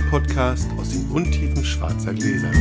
Wein-Podcast aus den Untiefen schwarzer Gläser.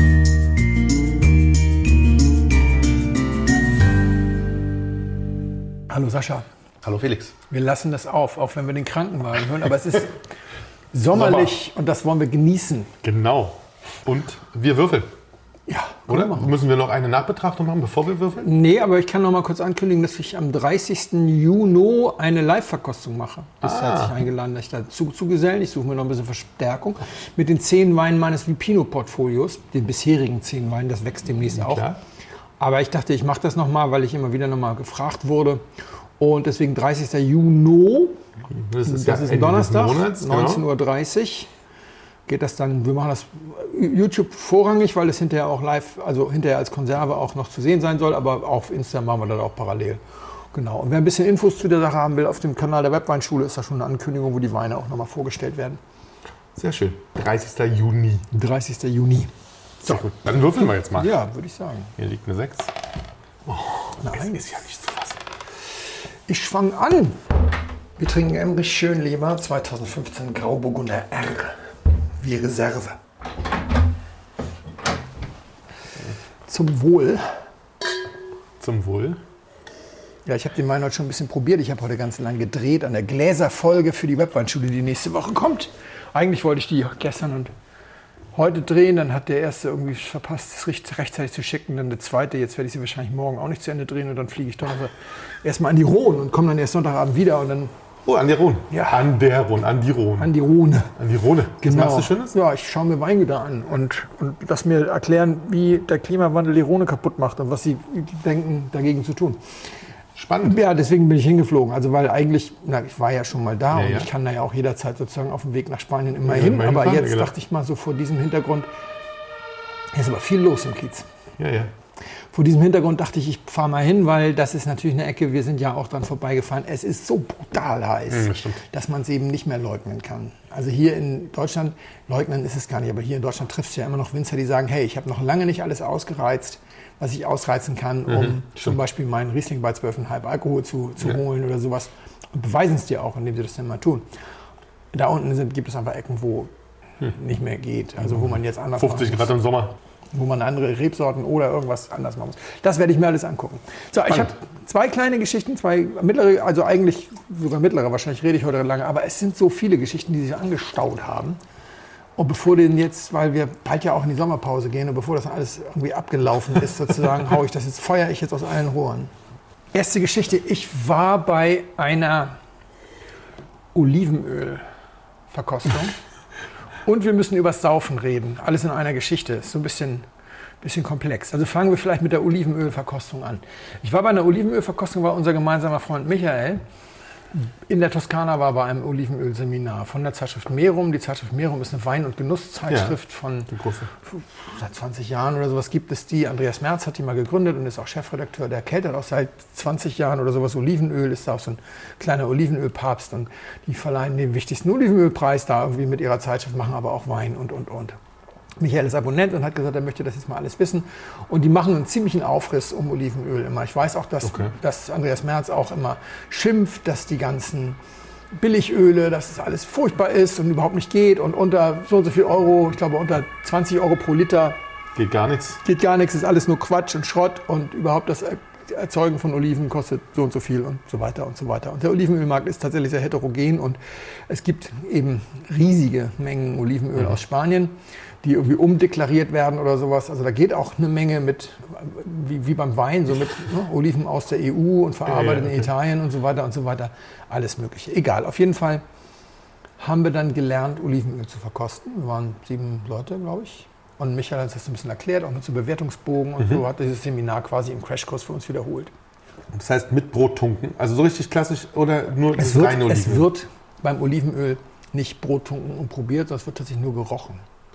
Hallo Sascha. Hallo Felix. Wir lassen das auf, auch wenn wir den Krankenwagen hören. Aber es ist sommerlich und das wollen wir genießen. Genau. Und wir würfeln. Ja, oder? Müssen wir noch eine Nachbetrachtung machen, bevor wir würfeln? Nee, aber ich kann noch mal kurz ankündigen, dass ich am 30. Juni eine Live-Verkostung mache. Das hat sich eingeladen, dass ich dazu zugesellen. Ich suche mir noch ein bisschen Verstärkung. Mit den 10 Weinen meines Vipino-Portfolios, den bisherigen 10 Weinen, das wächst demnächst auch. Klar. Aber ich dachte, ich mache das noch mal, weil ich immer wieder noch mal gefragt wurde. Und deswegen 30. Juni, das ist ein Donnerstag, 19:30 Uhr. Geht das dann, wir machen das YouTube vorrangig, weil es hinterher auch live, also hinterher als Konserve auch noch zu sehen sein soll, aber auf Insta machen wir das auch parallel. Genau. Und wer ein bisschen Infos zu der Sache haben will, auf dem Kanal der Webweinschule ist da schon eine Ankündigung, wo die Weine auch nochmal vorgestellt werden. Sehr schön. 30. Juni. 30. Juni. So, gut. Dann würfeln wir jetzt mal. Ja, würde ich sagen. Hier liegt eine 6. Oh, nein, ist ja nicht zu fassen. Ich fange an. Wir trinken Emrich Schönleber 2015 Grauburgunder R. Wie Reserve. Zum Wohl. Zum Wohl. Ja, ich habe den Wein heute schon ein bisschen probiert. Ich habe heute ganz lang gedreht an der Gläserfolge für die Webweinschule, die nächste Woche kommt. Eigentlich wollte ich die gestern und heute drehen. Dann hat der erste irgendwie verpasst, es rechtzeitig zu schicken. Dann der zweite. Jetzt werde ich sie wahrscheinlich morgen auch nicht zu Ende drehen. Und dann fliege ich doch erstmal an die Rhone und komme dann erst Sonntagabend wieder. Und dann an der Rhone. Ja. An die Rhone. An die Rhone. Genau. Was machst du Schönes? Ja, ich schaue mir Weingüter an und lass mir erklären, wie der Klimawandel die Rhone kaputt macht und was sie denken, dagegen zu tun. Spannend. Ja, deswegen bin ich hingeflogen. Also weil eigentlich, ich war ja schon mal da und ja. ich kann da ja auch jederzeit sozusagen auf dem Weg nach Spanien immer hin. Aber jetzt dachte ich mal so vor diesem Hintergrund, hier ist aber viel los im Kiez. Ja. Vor diesem Hintergrund dachte ich fahre mal hin, weil das ist natürlich eine Ecke, wir sind ja auch dran vorbeigefahren. Es ist so brutal heiß, dass man es eben nicht mehr leugnen kann. Also hier in Deutschland, leugnen ist es gar nicht, aber hier in Deutschland trifft es ja immer noch Winzer, die sagen, hey, ich habe noch lange nicht alles ausgereizt, was ich ausreizen kann, um zum Beispiel meinen Riesling bei 12,5 Alkohol zu holen oder sowas. Und beweisen es dir auch, indem sie das dann mal tun. Da unten gibt es einfach Ecken, wo nicht mehr geht. Also wo man jetzt anders 50 Grad im Sommer. Wo man andere Rebsorten oder irgendwas anders machen muss. Das werde ich mir alles angucken. So, ich habe 2 kleine Geschichten, 2 mittlere, also eigentlich sogar mittlere, wahrscheinlich rede ich heute lange, aber es sind so viele Geschichten, die sich angestaut haben. Und bevor denn jetzt, weil wir bald ja auch in die Sommerpause gehen und bevor das alles irgendwie abgelaufen ist, sozusagen, feuere ich jetzt aus allen Rohren. Erste Geschichte, ich war bei einer Olivenölverkostung. Und wir müssen über das Saufen reden. Alles in einer Geschichte. Ist so ein bisschen komplex. Also fangen wir vielleicht mit der Olivenölverkostung an. Ich war bei einer Olivenölverkostung, weil unser gemeinsamer Freund Michael in der Toskana war bei einem Olivenölseminar von der Zeitschrift Merum. Die Zeitschrift Merum ist eine Wein- und Genusszeitschrift von seit 20 Jahren oder sowas gibt es die. Andreas Merz hat die mal gegründet und ist auch Chefredakteur. Der keltert auch seit 20 Jahren oder sowas Olivenöl, ist da auch so ein kleiner Olivenölpapst. Und die verleihen den wichtigsten Olivenölpreis da irgendwie mit ihrer Zeitschrift, machen aber auch Wein und. Michael ist Abonnent und hat gesagt, er möchte das jetzt mal alles wissen. Und die machen einen ziemlichen Aufriss um Olivenöl immer. Ich weiß auch, dass Andreas Merz auch immer schimpft, dass die ganzen Billigöle, dass es alles furchtbar ist und überhaupt nicht geht. Und unter so und so viel Euro, ich glaube unter 20 Euro pro Liter. Geht gar nichts. Ist alles nur Quatsch und Schrott. Und überhaupt das Erzeugen von Oliven kostet so und so viel und so weiter und so weiter. Und der Olivenölmarkt ist tatsächlich sehr heterogen. Und es gibt eben riesige Mengen Olivenöl aus Spanien, die irgendwie umdeklariert werden oder sowas. Also da geht auch eine Menge mit, wie beim Wein, so mit Oliven aus der EU und verarbeitet in Italien und so weiter. Alles Mögliche. Egal, auf jeden Fall haben wir dann gelernt, Olivenöl zu verkosten. Wir waren 7 Leute, glaube ich. Und Michael hat das ein bisschen erklärt, auch mit so Bewertungsbogen und so, hat dieses Seminar quasi im Crashkurs für uns wiederholt. Das heißt mit Brot tunken? Also so richtig klassisch oder nur das reine Olivenöl? Es wird beim Olivenöl nicht Brot tunken und probiert, sondern es wird tatsächlich nur gerochen.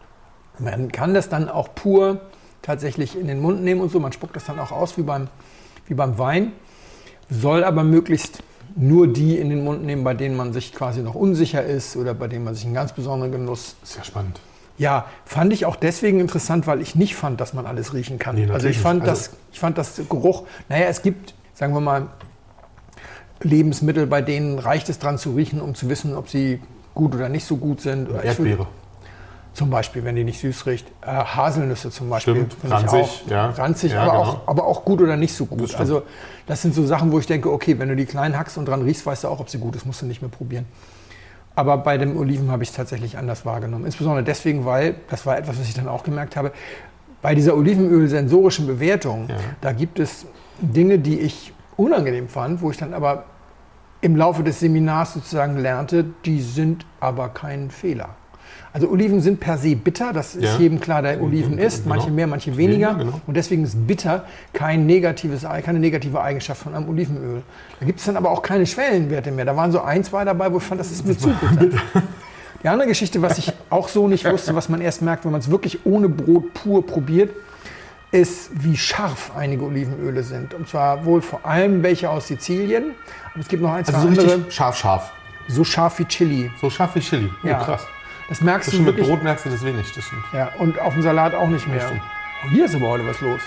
Man kann das dann auch pur tatsächlich in den Mund nehmen und so. Man spuckt das dann auch aus wie beim Wein. Soll aber möglichst nur die in den Mund nehmen, bei denen man sich quasi noch unsicher ist oder bei denen man sich einen ganz besonderen Genuss... Sehr spannend. Ja, fand ich auch deswegen interessant, weil ich nicht fand, dass man alles riechen kann. Nee, also ich fand das Geruch... es gibt, sagen wir mal, Lebensmittel, bei denen reicht es dran zu riechen, um zu wissen, ob sie gut oder nicht so gut sind. Erdbeere. Zum Beispiel, wenn die nicht süß riecht. Haselnüsse zum Beispiel. Stimmt, ranzig. Ranzig, ja, aber auch gut oder nicht so gut. Also das sind so Sachen, wo ich denke, okay, wenn du die klein hackst und dran riechst, weißt du auch, ob sie gut ist, musst du nicht mehr probieren. Aber bei den Oliven habe ich es tatsächlich anders wahrgenommen. Insbesondere deswegen, weil, das war etwas, was ich dann auch gemerkt habe, bei dieser Olivenöl-sensorischen Bewertung, da gibt es Dinge, die ich unangenehm fand, wo ich dann aber im Laufe des Seminars sozusagen lernte, die sind aber kein Fehler. Also Oliven sind per se bitter, das ist jedem klar, der Oliven isst, manche mehr, manche weniger. Und deswegen ist bitter keine negative Eigenschaft von einem Olivenöl. Da gibt es dann aber auch keine Schwellenwerte mehr. Da waren so 1, 2 dabei, wo ich fand, das ist mir zu bitter. Die andere Geschichte, was ich auch so nicht wusste, was man erst merkt, wenn man es wirklich ohne Brot pur probiert, ist, wie scharf einige Olivenöle sind. Und zwar wohl vor allem welche aus Sizilien. Aber es gibt noch 1, 2 andere. So scharf. So scharf wie Chili. So scharf wie Chili. Ja, krass. Das merkst das du mit wirklich. Brot merkst du das wenig, das stimmt. Ja, und auf dem Salat auch nicht mehr. Oh, hier ist aber heute was los.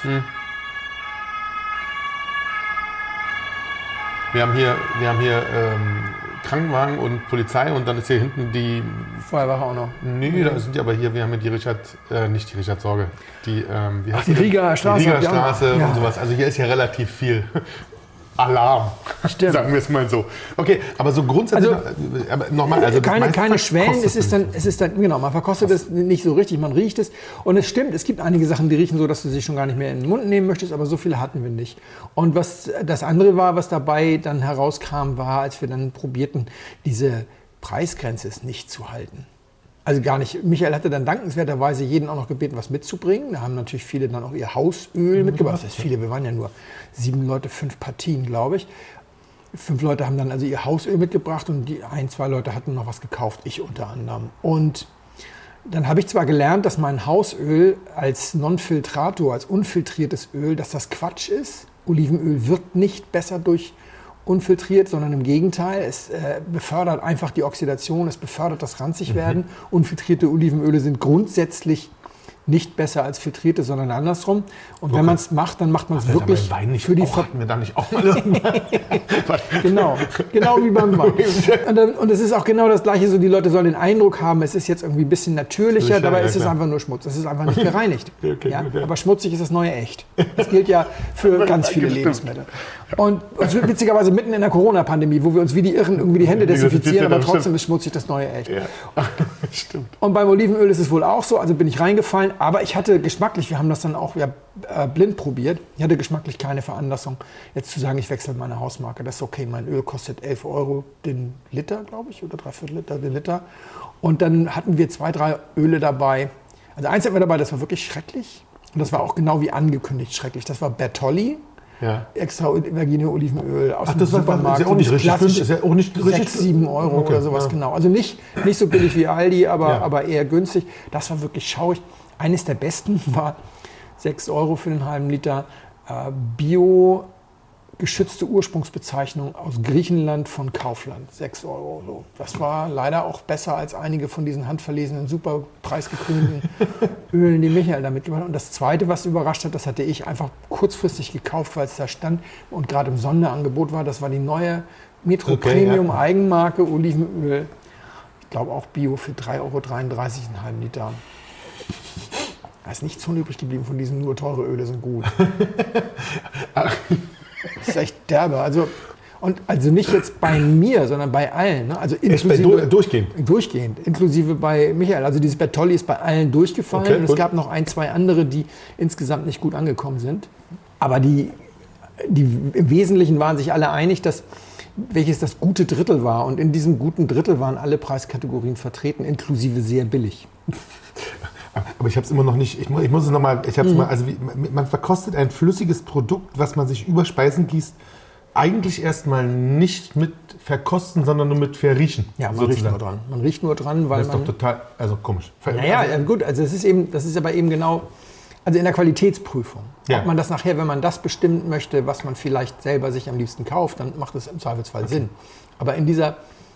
Wir haben hier Krankenwagen und Polizei und dann ist hier hinten die Feuerwache auch noch. Nee, da sind die aber hier, wir haben hier nicht die Richard Sorge, die Rieger Straße. Die Rieger Straße und sowas. Also hier ist ja relativ viel Alarm, stimmt. Sagen wir es mal so. Okay, aber so grundsätzlich, aber nochmal, also keine Schwellen, es ist dann, genau, man verkostet es nicht so richtig, man riecht es. Und es stimmt, es gibt einige Sachen, die riechen so, dass du sie schon gar nicht mehr in den Mund nehmen möchtest, aber so viele hatten wir nicht. Und was das andere war, was dabei dann herauskam, war, als wir dann probierten, diese Preisgrenze ist nicht zu halten. Also gar nicht. Michael hatte dann dankenswerterweise jeden auch noch gebeten, was mitzubringen. Da haben natürlich viele dann auch ihr Hausöl mitgebracht. Das heißt viele, wir waren ja nur 7 Leute, 5 Partien, glaube ich. 5 Leute haben dann also ihr Hausöl mitgebracht und 1, 2 Leute hatten noch was gekauft, ich unter anderem. Und dann habe ich zwar gelernt, dass mein Hausöl als Non-Filtrator, als unfiltriertes Öl, dass das Quatsch ist. Olivenöl wird nicht besser durch unfiltriert, sondern im Gegenteil. Es befördert einfach die Oxidation, es befördert das Ranzigwerden. Unfiltrierte Olivenöle sind grundsätzlich nicht besser als filtrierte, sondern andersrum. Und wenn man es macht, dann macht man es wirklich Wein nicht für die hatten wir da nicht auch mal irgendwann? genau wie beim Wein. Und es ist auch genau das Gleiche, so die Leute sollen den Eindruck haben, es ist jetzt irgendwie ein bisschen natürlicher, dabei ist es einfach nur Schmutz. Es ist einfach nicht gereinigt. Aber schmutzig ist das neue echt. Das gilt ja für ganz viele Lebensmittel. Und witzigerweise mitten in der Corona-Pandemie, wo wir uns wie die Irren irgendwie die Hände desinfizieren, aber trotzdem ist schmutzig das neue echt. Ja. Stimmt. Und beim Olivenöl ist es wohl auch so, also bin ich reingefallen, aber ich hatte geschmacklich, wir haben das dann auch blind probiert, ich hatte geschmacklich keine Veranlassung, jetzt zu sagen, ich wechsle meine Hausmarke, das ist okay, mein Öl kostet 11 € den Liter, glaube ich, oder 3/4 Liter den Liter. Und dann hatten wir 2, 3 Öle dabei, also eins hatten wir dabei, das war wirklich schrecklich und das war auch genau wie angekündigt schrecklich, das war Bertolli. Ja. Extra virgine Olivenöl aus dem Supermarkt. Ist ja auch nicht richtig günstig. Ist ja auch nicht 6, 7 € oder sowas, genau. Also nicht so billig wie Aldi, aber eher günstig. Das war wirklich schaurig. Eines der besten war 6 € für den halben Liter. Bio geschützte Ursprungsbezeichnung aus Griechenland von Kaufland. 6 €. So. Das war leider auch besser als einige von diesen handverlesenen, super preisgekrönten Ölen, die Michael da mitgebracht hat. Und das Zweite, was überrascht hat, das hatte ich einfach kurzfristig gekauft, weil es da stand und gerade im Sonderangebot war. Das war die neue Metro Premium Eigenmarke Olivenöl. Ich glaube auch Bio für 3,33 € einen halben Liter. Da ist nichts von übrig geblieben von diesen nur teure Öle sind gut. Das ist echt derbe. Also nicht jetzt bei mir, sondern bei allen. Ne? Also inklusive, durchgehend. Inklusive bei Michael. Also dieses Bertolli ist bei allen durchgefallen. Okay, und es gab noch 1, 2 andere, die insgesamt nicht gut angekommen sind. Aber die im Wesentlichen waren sich alle einig, dass welches das gute Drittel war. Und in diesem guten Drittel waren alle Preiskategorien vertreten, inklusive sehr billig. Aber ich habe es immer noch nicht, ich muss es nochmal, man verkostet ein flüssiges Produkt, was man sich über Speisen gießt, eigentlich erstmal nicht mit verkosten, sondern nur mit verriechen. Ja, man riecht nur dran. Man riecht nur dran, weil das ist doch total, komisch. Naja, gut, also das ist aber eben genau, also in der Qualitätsprüfung. Ja. Ob man das nachher, wenn man das bestimmen möchte, was man vielleicht selber sich am liebsten kauft, dann macht es im Zweifelsfall Sinn. Aber in dieser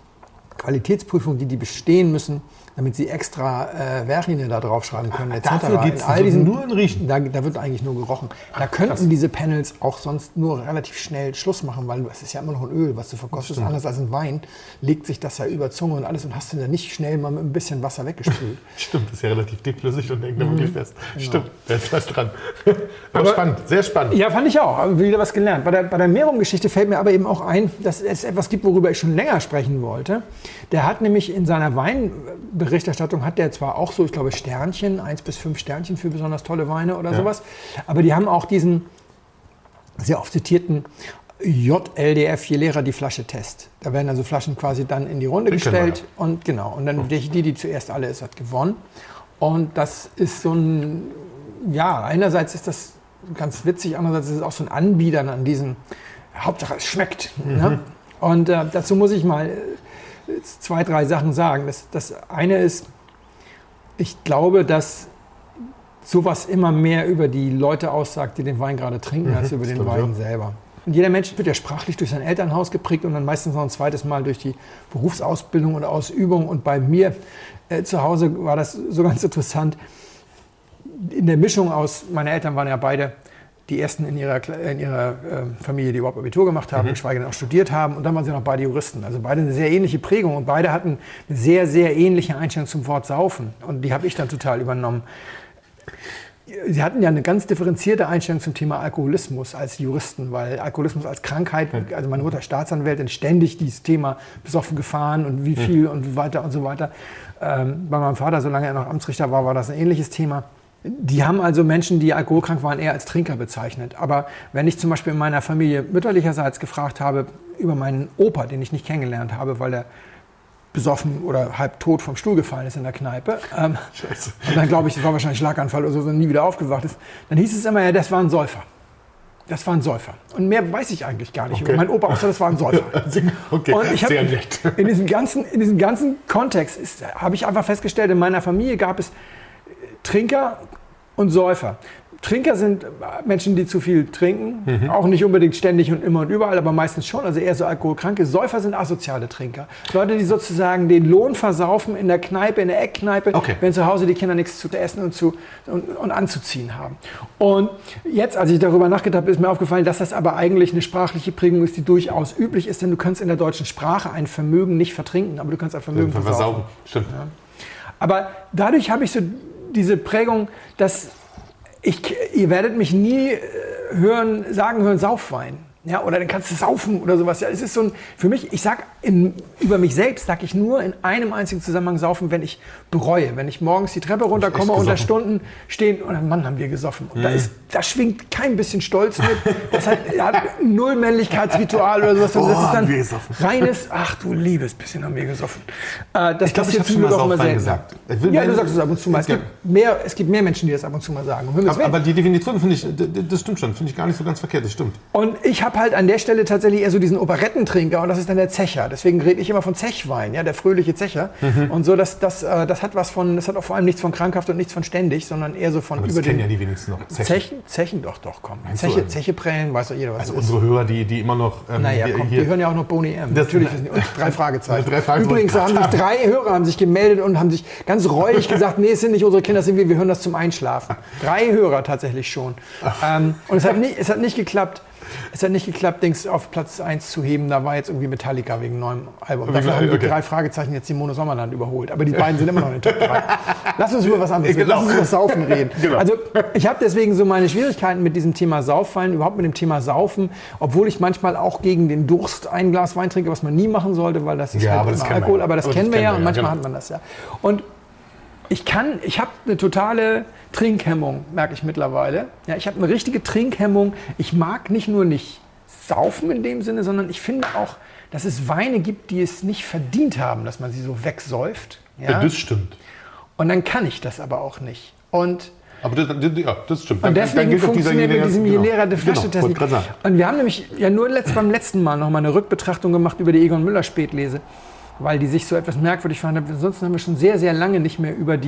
Qualitätsprüfung, die bestehen müssen, damit sie extra Verine da draufschreiben können, etc. Dafür geht es nur in Riechen. Da wird eigentlich nur gerochen. Da könnten diese Panels auch sonst nur relativ schnell Schluss machen, weil es ist ja immer noch ein Öl, was du verkostest. Anders als ein Wein legt sich das ja über Zunge und alles und hast du dann nicht schnell mal mit ein bisschen Wasser weggespült. Stimmt, das ist ja relativ dickflüssig und hängt da wirklich fest. Genau. Stimmt, da ist was dran. Aber spannend, sehr spannend. Ja, fand ich auch. Aber wieder was gelernt. Bei der Merum-Geschichte fällt mir aber eben auch ein, dass es etwas gibt, worüber ich schon länger sprechen wollte. Der hat nämlich in seiner Weinberichterstattung, hat der zwar auch so, ich glaube, Sternchen, 1 bis 5 Sternchen für besonders tolle Weine oder sowas, aber die haben auch diesen sehr oft zitierten JLDF, je leerer die Flasche Test. Da werden also Flaschen quasi dann in die Runde gestellt und genau, und dann die zuerst alle ist, hat gewonnen. Und das ist so ein, ja, einerseits ist das ganz witzig, andererseits ist es auch so ein Anbiedern an diesen, Hauptsache es schmeckt. Ne? Und dazu muss ich mal 2, 3 Sachen sagen. Das eine ist, ich glaube, dass sowas immer mehr über die Leute aussagt, die den Wein gerade trinken, als über den Wein selber. Und jeder Mensch wird ja sprachlich durch sein Elternhaus geprägt und dann meistens noch ein zweites Mal durch die Berufsausbildung oder Ausübung. Und bei mir zu Hause war das so ganz interessant. In der Mischung aus, meine Eltern waren ja beide die ersten in ihrer Familie, die überhaupt Abitur gemacht haben, geschweige denn auch studiert haben. Und dann waren sie noch beide Juristen. Also beide eine sehr ähnliche Prägung und beide hatten eine sehr, sehr ähnliche Einstellung zum Wort Saufen. Und die habe ich dann total übernommen. Sie hatten ja eine ganz differenzierte Einstellung zum Thema Alkoholismus als Juristen, weil Alkoholismus als Krankheit, also meine Mutter Staatsanwältin, ständig dieses Thema besoffen gefahren und wie viel und weiter und so weiter. Bei meinem Vater, solange er noch Amtsrichter war, war das ein ähnliches Thema. Die haben also Menschen, die alkoholkrank waren, eher als Trinker bezeichnet. Aber wenn ich zum Beispiel in meiner Familie mütterlicherseits gefragt habe über meinen Opa, den ich nicht kennengelernt habe, weil er besoffen oder halb tot vom Stuhl gefallen ist in der Kneipe. Scheiße. Und dann glaube ich, das war wahrscheinlich Schlaganfall oder so, nie wieder aufgewacht ist. Dann hieß es immer, ja, das war ein Säufer. Das war ein Säufer. Und mehr weiß ich eigentlich gar nicht. Okay. Mein Opa außer, das war ein Säufer. Okay, und ich sehr nett. In diesem ganzen Kontext habe ich einfach festgestellt, in meiner Familie gab es Trinker und Säufer. Trinker sind Menschen, die zu viel trinken, auch nicht unbedingt ständig und immer und überall, aber meistens schon, also eher so alkoholkranke. Säufer sind asoziale Trinker. Leute, die sozusagen den Lohn versaufen in der Kneipe, in der Eckkneipe, wenn zu Hause die Kinder nichts zu essen und anzuziehen haben. Und jetzt, als ich darüber nachgedacht habe, ist mir aufgefallen, dass das aber eigentlich eine sprachliche Prägung ist, die durchaus üblich ist, denn du kannst in der deutschen Sprache ein Vermögen nicht vertrinken, aber du kannst ein Vermögen versaufen. Stimmt. Ja. Aber dadurch habe ich so diese Prägung, dass ihr werdet mich nie sagen hören, Saufwein. Ja, oder dann kannst du saufen oder sowas. Ja, es ist so ein, für mich, ich sag über mich selbst, sage ich nur in einem einzigen Zusammenhang saufen, wenn ich bereue. Wenn ich morgens die Treppe runterkomme und da Stunden stehen und Mann, haben wir gesoffen. Und da schwingt kein bisschen Stolz mit. Das hat null Männlichkeitsritual oder sowas. Das ist dann reines, ach du liebes bisschen haben wir gesoffen. Ich glaube, ich habe schon mal Saufwein gesagt. Ja, du sagst es ab und zu mal. Es gibt mehr Menschen, die das ab und zu mal sagen. Aber die Definition finde ich, das stimmt schon, finde ich gar nicht so ganz verkehrt, das stimmt. Und ich habe halt an der Stelle tatsächlich eher so diesen Operettentrinker und das ist dann der Zecher. Deswegen rede ich immer von Zechwein, ja, der fröhliche Zecher. Und so, das hat was von, das hat auch vor allem nichts von krankhaft und nichts von ständig, sondern eher so von aber über das den. kennen ja die wenigsten noch. Zechen, doch, komm. Zeche prellen, weiß doch jeder, was also das ist. unsere Hörer, die immer noch. Die hören ja auch noch Boni M. Natürlich. Und 3 Fragezeichen. 3 Fragezeichen. Übrigens haben sich 3 Hörer haben sich gemeldet und haben sich ganz reuig gesagt, nee, es sind nicht unsere Kinder, es sind wir hören das zum Einschlafen. 3 Hörer tatsächlich schon. Und es hat nicht geklappt. Es hat nicht geklappt, Dings auf Platz 1 zu heben. Da war jetzt irgendwie Metallica wegen neuem Album. Dafür haben die 3 Fragezeichen jetzt Simone Sommerland überholt. Aber die beiden sind immer noch in den Top 3. Lass uns über was anderes reden. Lass uns über Saufen reden. Genau. Also ich habe deswegen so meine Schwierigkeiten mit diesem Thema Sauffallen, überhaupt mit dem Thema Saufen. Obwohl ich manchmal auch gegen den Durst ein Glas Wein trinke, was man nie machen sollte, weil das ist ja, halt immer Alkohol. Aber das kennen wir ja und manchmal hat man das ja. Und ich habe eine totale Trinkhemmung, merke ich mittlerweile. Ja, ich habe eine richtige Trinkhemmung. Ich mag nicht nur nicht saufen in dem Sinne, sondern ich finde auch, dass es Weine gibt, die es nicht verdient haben, dass man sie so wegsäuft. Ja? Das stimmt. Und dann kann ich das aber auch nicht. Aber das stimmt. Und deswegen funktioniert mit diesem je leerer die Flasche Test. Und wir haben nämlich ja nur beim letzten Mal noch mal eine Rückbetrachtung gemacht über die Egon Müller Spätlese, weil die sich so etwas merkwürdig fand. Ansonsten haben wir schon sehr, sehr lange nicht mehr über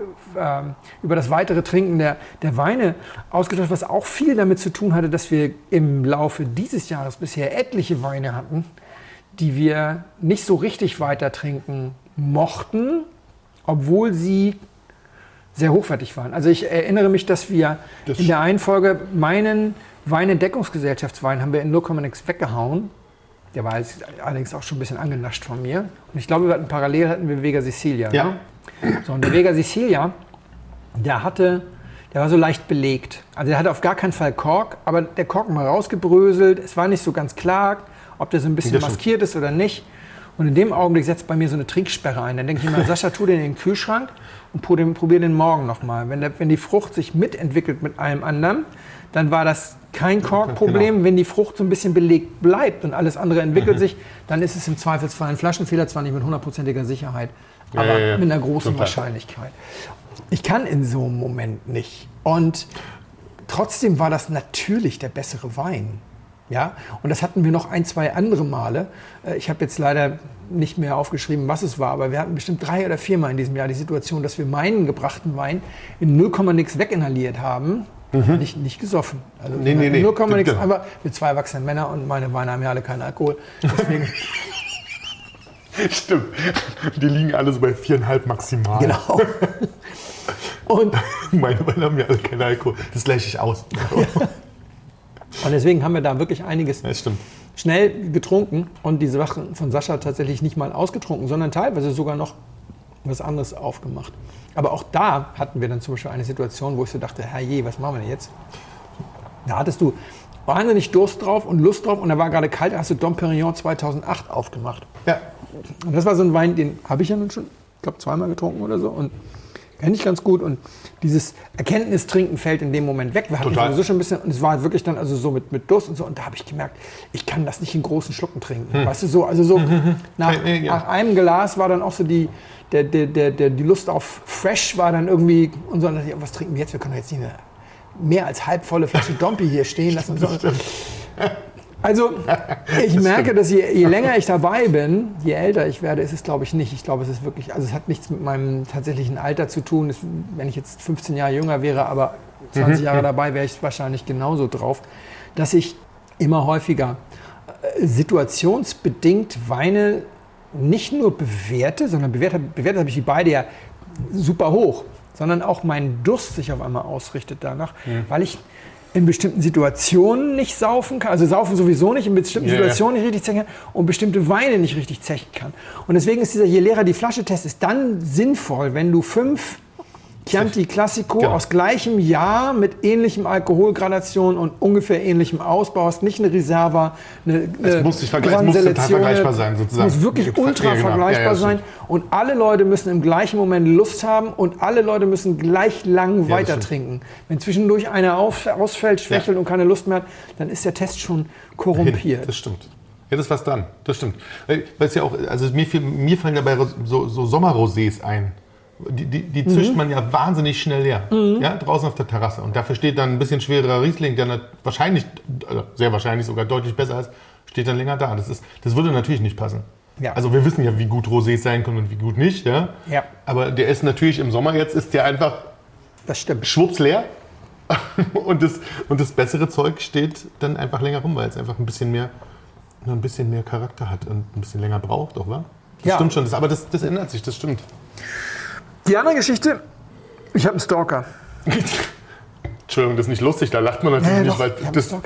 das weitere Trinken der Weine ausgetauscht, was auch viel damit zu tun hatte, dass wir im Laufe dieses Jahres bisher etliche Weine hatten, die wir nicht so richtig weiter trinken mochten, obwohl sie sehr hochwertig waren. Also ich erinnere mich, dass wir in der einen Folge meinen Weinentdeckungsgesellschaftswein haben wir in 0, nix weggehauen. Der war jetzt allerdings auch schon ein bisschen angenascht von mir. Und ich glaube, parallel hatten wir Vega Sicilia. Ja. Ne? So, und der Vega Sicilia, der war so leicht belegt. Also der hatte auf gar keinen Fall Kork, aber der Kork mal rausgebröselt. Es war nicht so ganz klar, ob der so ein bisschen maskiert ist oder nicht. Und in dem Augenblick setzt bei mir so eine Trinksperre ein. Dann denke ich mir, Sascha, tu den in den Kühlschrank und probier den morgen nochmal. Wenn die Frucht sich mitentwickelt mit allem anderen, dann war das kein Korkproblem. Genau. Wenn die Frucht so ein bisschen belegt bleibt und alles andere entwickelt sich, dann ist es im Zweifelsfall ein Flaschenfehler, zwar nicht mit 100%iger Sicherheit, aber mit einer großen Wahrscheinlichkeit. Ich kann in so einem Moment nicht. Und trotzdem war das natürlich der bessere Wein. Ja? Und das hatten wir noch 1, 2 andere Male. Ich habe jetzt leider nicht mehr aufgeschrieben, was es war, aber wir hatten bestimmt 3 oder 4 Mal in diesem Jahr die Situation, dass wir meinen gebrachten Wein in 0, nix weginhaliert haben. Nicht gesoffen. Also nee. 0, nix, aber mit 2 erwachsenen Männern und meine Weine haben ja alle keinen Alkohol. Deswegen stimmt. Die liegen alle so bei 4,5 maximal. Genau. Und meine Weine haben ja alle keinen Alkohol. Das gleiche ich aus. Und deswegen haben wir da wirklich einiges stimmt. schnell getrunken und diese Sachen von Sascha tatsächlich nicht mal ausgetrunken, sondern teilweise sogar noch was anderes aufgemacht. Aber auch da hatten wir dann zum Beispiel eine Situation, wo ich so dachte, herrje, was machen wir denn jetzt? Da hattest du wahnsinnig Durst drauf und Lust drauf und da war gerade kalt, da hast du Dom Pérignon 2008 aufgemacht. Ja. Und das war so ein Wein, den habe ich ja nun schon, ich glaube, 2-mal getrunken oder so und kenne ich ganz gut und dieses Erkenntnistrinken fällt in dem Moment weg. Wir hatten sowieso schon ein bisschen und es war wirklich dann also so mit Durst und so und da habe ich gemerkt, ich kann das nicht in großen Schlucken trinken. Weißt du, so, also so nach einem Glas war dann auch so die Lust auf Fresh war dann irgendwie und so, und dachte ich, was trinken wir jetzt? Wir können jetzt nicht eine mehr als halbvolle Flasche Dompi hier stehen lassen. So. Also ich merke, dass je länger ich dabei bin, je älter ich werde, ist es glaube ich nicht. Ich glaube, es ist wirklich, also es hat nichts mit meinem tatsächlichen Alter zu tun. Wenn ich jetzt 15 Jahre jünger wäre, aber 20 Jahre dabei, wäre ich wahrscheinlich genauso drauf, dass ich immer häufiger situationsbedingt Weine nicht nur bewerte, sondern bewertet habe ich die beide ja super hoch, sondern auch mein Durst sich auf einmal ausrichtet danach, weil ich in bestimmten Situationen nicht saufen kann, also saufen sowieso nicht, in bestimmten Situationen nicht richtig zechen kann und bestimmte Weine nicht richtig zechen kann. Und deswegen ist je leerer die Flasche testest, dann sinnvoll, wenn du 5 Chianti Classico aus gleichem Jahr mit ähnlichem Alkoholgradation und ungefähr ähnlichem Ausbau hast, nicht eine Reserva, es muss total vergleichbar sein, sozusagen. Es muss wirklich ultra vergleichbar sein und alle Leute müssen im gleichen Moment Lust haben und alle Leute müssen gleich lang weiter trinken. Wenn zwischendurch einer ausfällt, schwächelt und keine Lust mehr hat, dann ist der Test schon korrumpiert. Das stimmt. Ja, das ist was dran. Das stimmt. Weil es ja auch, also mir fallen dabei so Sommerrosés ein. Die zischt man ja wahnsinnig schnell leer, ja, draußen auf der Terrasse. Und dafür steht dann ein bisschen schwerer Riesling, der wahrscheinlich, also sehr wahrscheinlich sogar deutlich besser ist, steht dann länger da. Das würde natürlich nicht passen. Ja. Also wir wissen ja, wie gut Rosés sein können und wie gut nicht. Ja? Ja. Aber der ist natürlich im Sommer jetzt, ist der einfach schwupps leer. und das bessere Zeug steht dann einfach länger rum, weil es einfach ein bisschen mehr Charakter hat und ein bisschen länger braucht, doch, wa? Das stimmt schon, aber das ändert sich, das stimmt. Die andere Geschichte, ich habe einen Stalker. Entschuldigung, das ist nicht lustig, da lacht man natürlich nicht, weil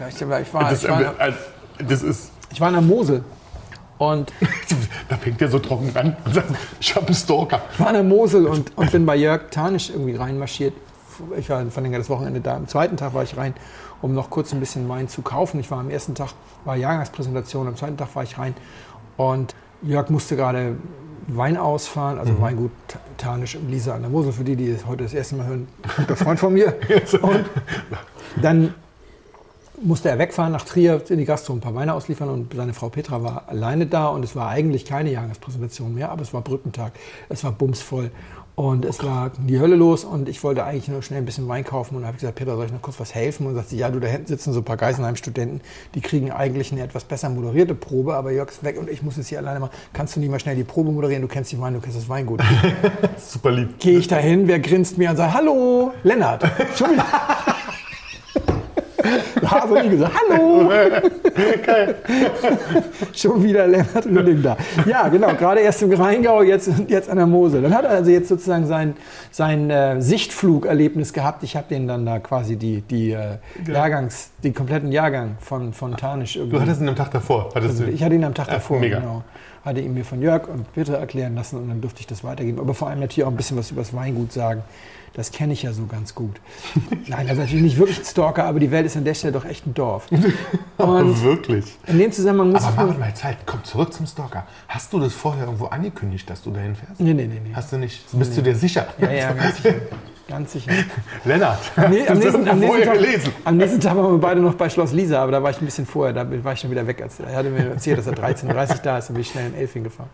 ich war in der Mosel und da fängt der so trocken an und sagt, ich habe einen Stalker. Ich war in der Mosel und bin bei Jörg Thanisch irgendwie reinmarschiert. Ich war verlängertes Wochenende da. Am zweiten Tag war ich rein, um noch kurz ein bisschen Wein zu kaufen. Ich war am ersten Tag, war Jahrgangspräsentation, am zweiten Tag war ich rein und Jörg musste gerade Wein ausfahren, also Weingut Thanisch im Lisa an der Mosel, für die es heute das erste Mal hören, ein guter Freund von mir. Und dann musste er wegfahren nach Trier in die Gastro ein paar Weine ausliefern und seine Frau Petra war alleine da und es war eigentlich keine Jahrgangspräsentation mehr, aber es war Brückentag, es war bumsvoll und es war die Hölle los und ich wollte eigentlich nur schnell ein bisschen Wein kaufen und da habe ich gesagt, Petra, soll ich noch kurz was helfen? Und sagt sie, ja, du, da hinten sitzen so ein paar Geisenheim-Studenten, die kriegen eigentlich eine etwas besser moderierte Probe, aber Jörg ist weg und ich muss es hier alleine machen. Kannst du nicht mal schnell die Probe moderieren? Du kennst die Weine, du kennst das Weingut. Super lieb. Gehe ich da hin, wer grinst mir und sagt, hallo, Lennart. Schon wieder. Hast du nie gesagt, hallo! Geil. Schon wieder Lennart Rüding da. Ja, genau, gerade erst im Rheingau, jetzt an der Mosel. Dann hat er also jetzt sozusagen sein Sichtflugerlebnis gehabt. Ich habe denen dann da quasi den kompletten Jahrgang von Tarnisch irgendwie. Du hattest ihn am Tag davor. Ich hatte ihn am Tag davor, mega. genau. Hatte ihn mir von Jörg und Peter erklären lassen und dann durfte ich das weitergeben. Aber vor allem natürlich auch ein bisschen was über das Weingut sagen. Das kenne ich ja so ganz gut. Nein, also natürlich nicht wirklich ein Stalker, aber die Welt ist an der Stelle doch echt ein Dorf. Und wirklich? in dem Zusammenhang muss Aber mach mal Zeit, komm zurück zum Stalker. Hast du das vorher irgendwo angekündigt, dass du dahin fährst? Nee. Hast du nicht? Bist du dir sicher? Ja, ganz sicher. Ganz sicher. Lennart, Am gelesen? Am nächsten Tag waren wir beide noch bei Schloss Lisa, aber da war ich ein bisschen vorher, da war ich schon wieder weg. Er hatte mir erzählt, dass er 13:30 Uhr da ist und bin ich schnell in Elfing gefahren.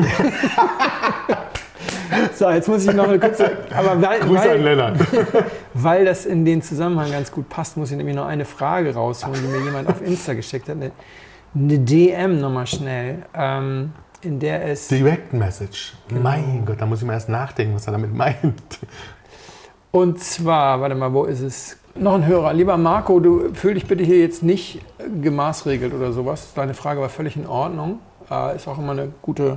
So, jetzt muss ich noch eine kurze... Aber Grüße an Lennart. Weil das in den Zusammenhang ganz gut passt, muss ich nämlich noch eine Frage rausholen, die mir jemand auf Insta geschickt hat. Eine DM nochmal schnell, in der es... Direct Message. Genau. Mein Gott, da muss ich mal erst nachdenken, was er damit meint. Und zwar, warte mal, wo ist es? Noch ein Hörer. Lieber Marco, du fühl dich bitte hier jetzt nicht gemaßregelt oder sowas. Deine Frage war völlig in Ordnung. Ist auch immer eine gute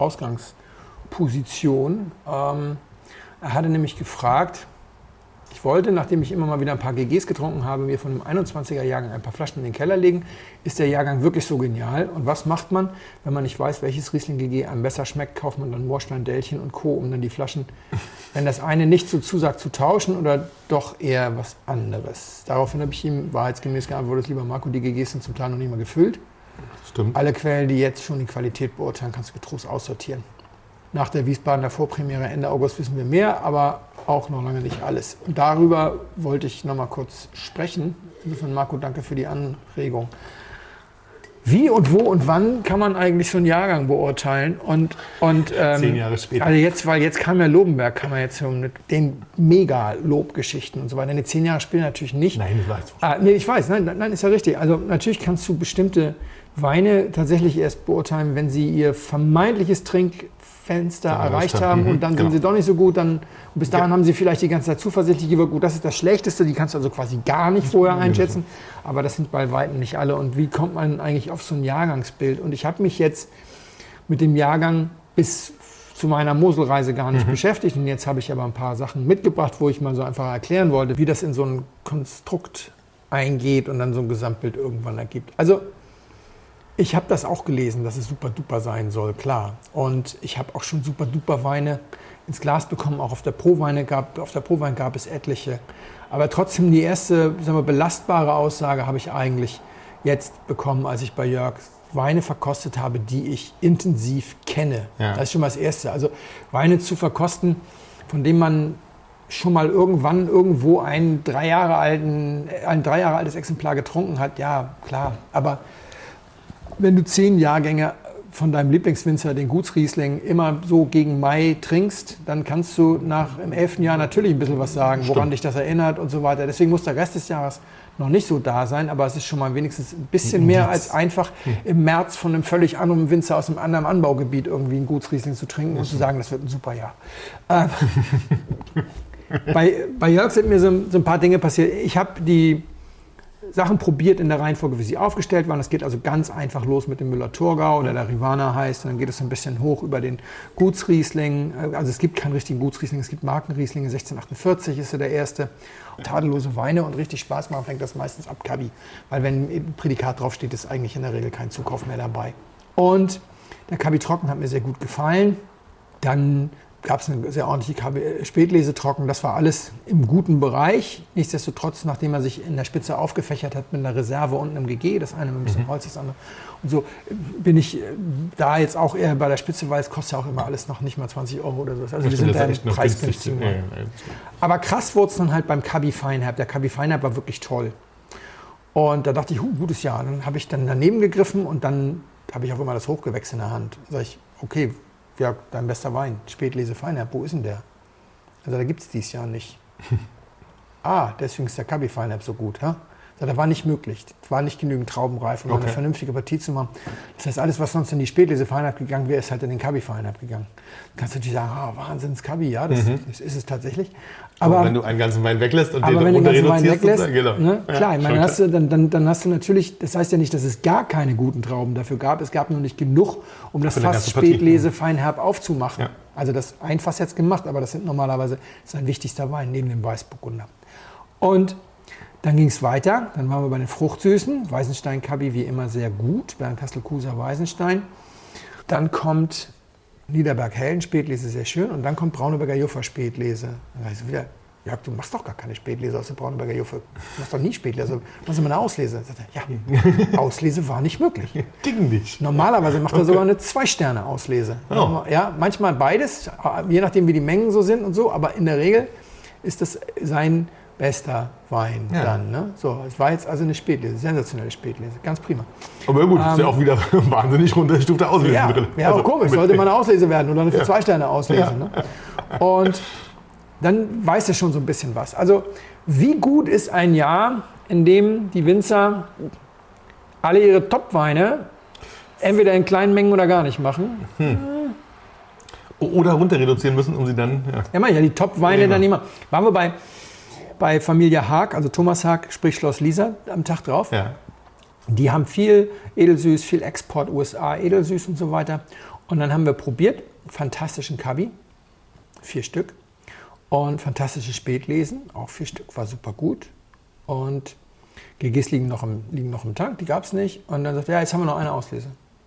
Ausgangsposition. Er hatte nämlich gefragt, ich wollte, nachdem ich immer mal wieder ein paar GGs getrunken habe, mir von einem 21er-Jahrgang ein paar Flaschen in den Keller legen. Ist der Jahrgang wirklich so genial? Und was macht man, wenn man nicht weiß, welches Riesling-GG einem besser schmeckt? Kauft man dann Moorstein, Dellchen und Co., um dann die Flaschen, wenn das eine nicht so zusagt, zu tauschen oder doch eher was anderes? Daraufhin habe ich ihm wahrheitsgemäß geantwortet, lieber Marco, die GGs sind zum Teil noch nicht mal gefüllt. Stimmt. Alle Quellen, die jetzt schon die Qualität beurteilen, kannst du getrost aussortieren. Nach der Wiesbadener Vorpremiere Ende August wissen wir mehr, aber auch noch lange nicht alles. Und darüber wollte ich noch mal kurz sprechen. Insofern, Marco, danke für die Anregung. Wie und wo und wann kann man eigentlich so einen Jahrgang beurteilen? Und 10 Jahre später. Also jetzt kam ja Lobenberg, kam ja jetzt mit den Mega-Lobgeschichten und so weiter. Die 10 Jahre später natürlich nicht. Nein, ich weiß. Nee, ich weiß. Nein, ist ja richtig. Also natürlich kannst du bestimmte Weine tatsächlich erst beurteilen, wenn sie ihr vermeintliches Trinkfenster erreicht haben und dann sind sie doch nicht so gut. Und bis dahin haben sie vielleicht die ganze Zeit zuversichtlich gewirkt. Gut, das ist das Schlechteste, die kannst du also quasi gar nicht vorher einschätzen. Aber das sind bei Weitem nicht alle. Und wie kommt man eigentlich auf so ein Jahrgangsbild? Und ich habe mich jetzt mit dem Jahrgang bis zu meiner Moselreise gar nicht beschäftigt. Und jetzt habe ich aber ein paar Sachen mitgebracht, wo ich mal so einfach erklären wollte, wie das in so ein Konstrukt eingeht und dann so ein Gesamtbild irgendwann ergibt. Also ich habe das auch gelesen, dass es super duper sein soll, klar. Und ich habe auch schon super duper Weine ins Glas bekommen. Auch auf der Prowein gab es etliche. Aber trotzdem die erste, sagen wir, belastbare Aussage habe ich eigentlich jetzt bekommen, als ich bei Jörg Weine verkostet habe, die ich intensiv kenne. Ja. Das ist schon mal das Erste. Also Weine zu verkosten, von denen man schon mal irgendwann irgendwo ein 3 Jahre altes Exemplar getrunken hat, ja, klar. Aber wenn du 10 Jahrgänge von deinem Lieblingswinzer, den Gutsriesling, immer so gegen Mai trinkst, dann kannst du im 11. Jahr natürlich ein bisschen was sagen, woran dich das erinnert und so weiter. Deswegen muss der Rest des Jahres noch nicht so da sein, aber es ist schon mal wenigstens ein bisschen mehr als einfach im März von einem völlig anderen Winzer aus einem anderen Anbaugebiet irgendwie einen Gutsriesling zu trinken und zu sagen, das wird ein super Jahr. Bei Jörg sind mir so ein paar Dinge passiert. Ich habe die Sachen probiert in der Reihenfolge, wie sie aufgestellt waren. Es geht also ganz einfach los mit dem Müller-Thurgau oder der Rivana heißt. Und dann geht es ein bisschen hoch über den Gutsriesling. Also es gibt keinen richtigen Gutsriesling, es gibt Markenrieslinge. 1648 ist ja der erste. Tadellose Weine und richtig Spaß machen fängt das meistens ab Kabi. Weil wenn ein Prädikat draufsteht, ist eigentlich in der Regel kein Zukauf mehr dabei. Und der Kabi Trocken hat mir sehr gut gefallen. Dann gab es eine sehr ordentliche Spätlese trocken. Das war alles im guten Bereich. Nichtsdestotrotz, nachdem er sich in der Spitze aufgefächert hat mit einer Reserve unten im GG, das eine mit ein bisschen Holz, das andere. Und so bin ich da jetzt auch eher bei der Spitze, weil es kostet ja auch immer alles noch nicht mal 20 € oder so. Also wir sind da im Preisgünstig. Aber krass wurde es dann halt beim Kabi Feinherb. Der Kabi Feinherb war wirklich toll. Und da dachte ich, gutes Jahr. Dann habe ich dann daneben gegriffen und dann habe ich auch immer das Hochgewächs in der Hand. Da sage ich, okay, ja, dein bester Wein, Spätlese Feinherb, wo ist denn der? Also da gibt es dieses Jahr nicht. Deswegen ist der Kabi Feinherb so gut. Ha? Das war nicht möglich. Es war nicht genügend traubenreif, um eine vernünftige Partie zu machen. Das heißt, alles, was sonst in die Spätlesefeinheit gegangen wäre, ist halt in den Cubby-Feinheit gegangen. Da kannst du natürlich sagen, Wahnsinns-Cubby, ja, das ist es tatsächlich. Aber wenn du einen ganzen Wein weglässt und den runter reduzierst, genau. Ne? Klar, ich meine, dann hast du natürlich, das heißt ja nicht, dass es gar keine guten Trauben dafür gab. Es gab nur nicht genug, um das Fass Spätlese feinherb aufzumachen. Ja. Also das ein Fass jetzt gemacht, aber das sind normalerweise sein wichtigster Wein neben dem Weißburgunder. Und dann ging es weiter, dann waren wir bei den Fruchtsüßen. Weißenstein Cubby wie immer sehr gut, Bernkastel-Kuser Weißenstein. Dann kommt Niederberg-Hellen, Spätlese sehr schön. Und dann kommt Brauneberger Juffer Spätlese. Dann weißt du wieder, Jörg, du machst doch gar keine Spätlese aus der Brauneberger Juffer. Du machst doch nie Spätlese. Machst du mal eine Auslese? Sagt er, ja, Auslese war nicht möglich. Ging nicht. Normalerweise macht er sogar eine 2-Sterne-Auslese. Oh. Ja, manchmal beides, je nachdem wie die Mengen so sind und so. Aber in der Regel ist das sein bester Wein dann. Ne? So, es war jetzt also eine Spätlese, sensationelle Spätlese, ganz prima. Aber gut, ist ja auch wieder wahnsinnig runtergestufte Auslese. Ja, wäre auch komisch, sollte mal eine Auslese werden oder eine 2-Sterne-Auslese. Ja. Ne? Und dann weiß er schon so ein bisschen was. Also wie gut ist ein Jahr, in dem die Winzer alle ihre Top-Weine entweder in kleinen Mengen oder gar nicht machen. Oder runter reduzieren müssen, um sie dann... Ja, die Top-Weine dann immer. Waren wir bei Familie Haag, also Thomas Haag, sprich Schloss Lisa, am Tag drauf. Ja. Die haben viel Edelsüß, viel Export, USA, Edelsüß und so weiter. Und dann haben wir probiert, fantastischen Cubby, 4 Stück. Und fantastische Spätlesen, auch 4 Stück, war super gut. Und GGs liegen noch im Tank, die gab es nicht. Und dann sagt er, jetzt haben wir noch eine Auslese.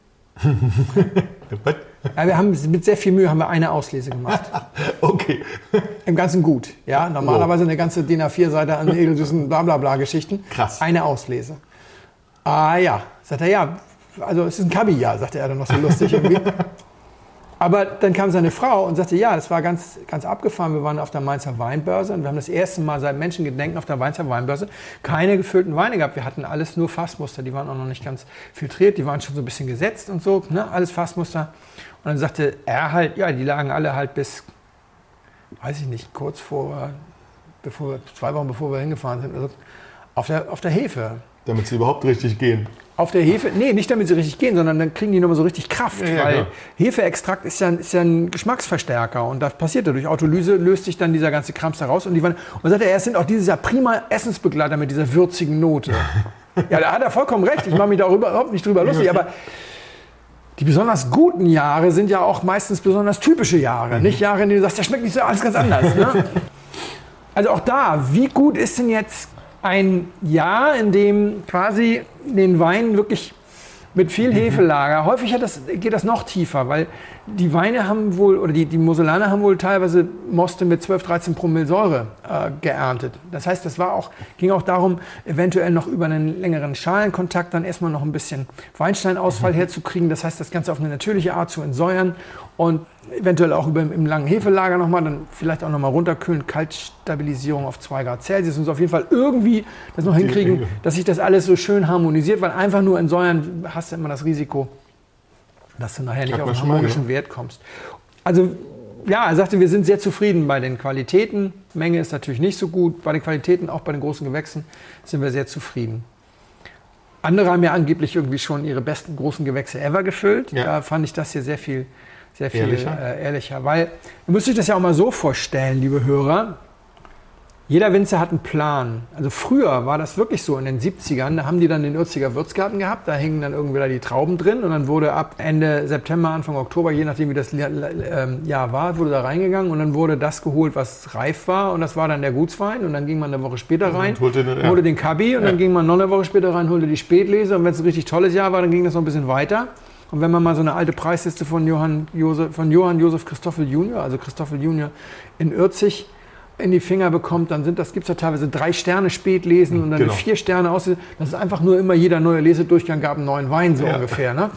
Ja, wir haben mit sehr viel Mühe eine Auslese gemacht. Okay. Im Ganzen gut. Ja, normalerweise eine ganze DIN A4-Seite an edelsüßen Blablabla-Geschichten. Krass. Eine Auslese. Ah ja, sagt er, ja, also es ist ein Cubby-Jahr, sagte er dann noch so lustig irgendwie. Aber dann kam seine Frau und sagte, ja, das war ganz, ganz abgefahren. Wir waren auf der Mainzer Weinbörse und wir haben das erste Mal seit Menschengedenken auf der Mainzer Weinbörse keine gefüllten Weine gehabt. Wir hatten alles nur Fassmuster, die waren auch noch nicht ganz filtriert, die waren schon so ein bisschen gesetzt und so, ne? Alles Fassmuster. Und dann sagte er halt, ja, die lagen alle halt bis, weiß ich nicht, kurz vor, 2 Wochen bevor wir hingefahren sind, also auf der Hefe. Damit sie überhaupt richtig gehen. Auf der Hefe, nee, nicht damit sie richtig gehen, sondern dann kriegen die nochmal so richtig Kraft, weil klar. Hefeextrakt ist ja ein Geschmacksverstärker und das passiert ja durch Autolyse, löst sich dann dieser ganze Krams da raus und man sagt ja, es sind auch dieses Jahr prima Essensbegleiter mit dieser würzigen Note. Ja, da hat er vollkommen recht, ich mache mich darüber überhaupt nicht drüber lustig, aber die besonders guten Jahre sind ja auch meistens besonders typische Jahre, nicht Jahre, in denen du sagst, das schmeckt nicht so, alles ganz anders. Ne? Also auch da, wie gut ist denn jetzt ein Jahr, in dem quasi den Wein wirklich mit viel Hefelager, häufig geht das noch tiefer, weil die Weine haben wohl, oder die Moselaner haben wohl teilweise Moste mit 12, 13 Promille Säure geerntet. Das heißt, ging auch darum, eventuell noch über einen längeren Schalenkontakt dann erstmal noch ein bisschen Weinsteinausfall herzukriegen. Das heißt, das Ganze auf eine natürliche Art zu entsäuern und eventuell auch im langen Hefelager nochmal, dann vielleicht auch nochmal runterkühlen, Kaltstabilisierung auf 2 Grad Celsius und so auf jeden Fall irgendwie das noch hinkriegen, dass sich das alles so schön harmonisiert, weil einfach nur entsäuern hast du immer das Risiko, dass du nachher nicht auf einen harmonischen Wert kommst. Also ja, er sagte, wir sind sehr zufrieden bei den Qualitäten. Menge ist natürlich nicht so gut. Bei den Qualitäten, auch bei den großen Gewächsen, sind wir sehr zufrieden. Andere haben ja angeblich irgendwie schon ihre besten großen Gewächse ever gefüllt. Ja. Da fand ich das hier sehr viel ehrlicher. Weil, ihr müsst euch das ja auch mal so vorstellen, liebe Hörer. Jeder Winzer hat einen Plan. Also früher war das wirklich so in den 70ern, da haben die dann den Ürziger Würzgarten gehabt, da hingen dann irgendwie da die Trauben drin und dann wurde ab Ende September, Anfang Oktober, je nachdem wie das Jahr war, wurde da reingegangen und dann wurde das geholt, was reif war und das war dann der Gutswein und dann ging man eine Woche später rein, holte den Cubby und dann ging man noch eine Woche später rein, holte die Spätlese und wenn es ein richtig tolles Jahr war, dann ging das noch ein bisschen weiter. Und wenn man mal so eine alte Preisliste von Johann Josef Christoffel Junior, also Christoffel Junior in Ürzig, in die Finger bekommt, dann gibt es ja teilweise 3 Sterne Spätlesen und dann 4 Sterne Auslese. Das ist einfach nur immer jeder neue Lesedurchgang gab einen neuen Wein, so ungefähr. Ne?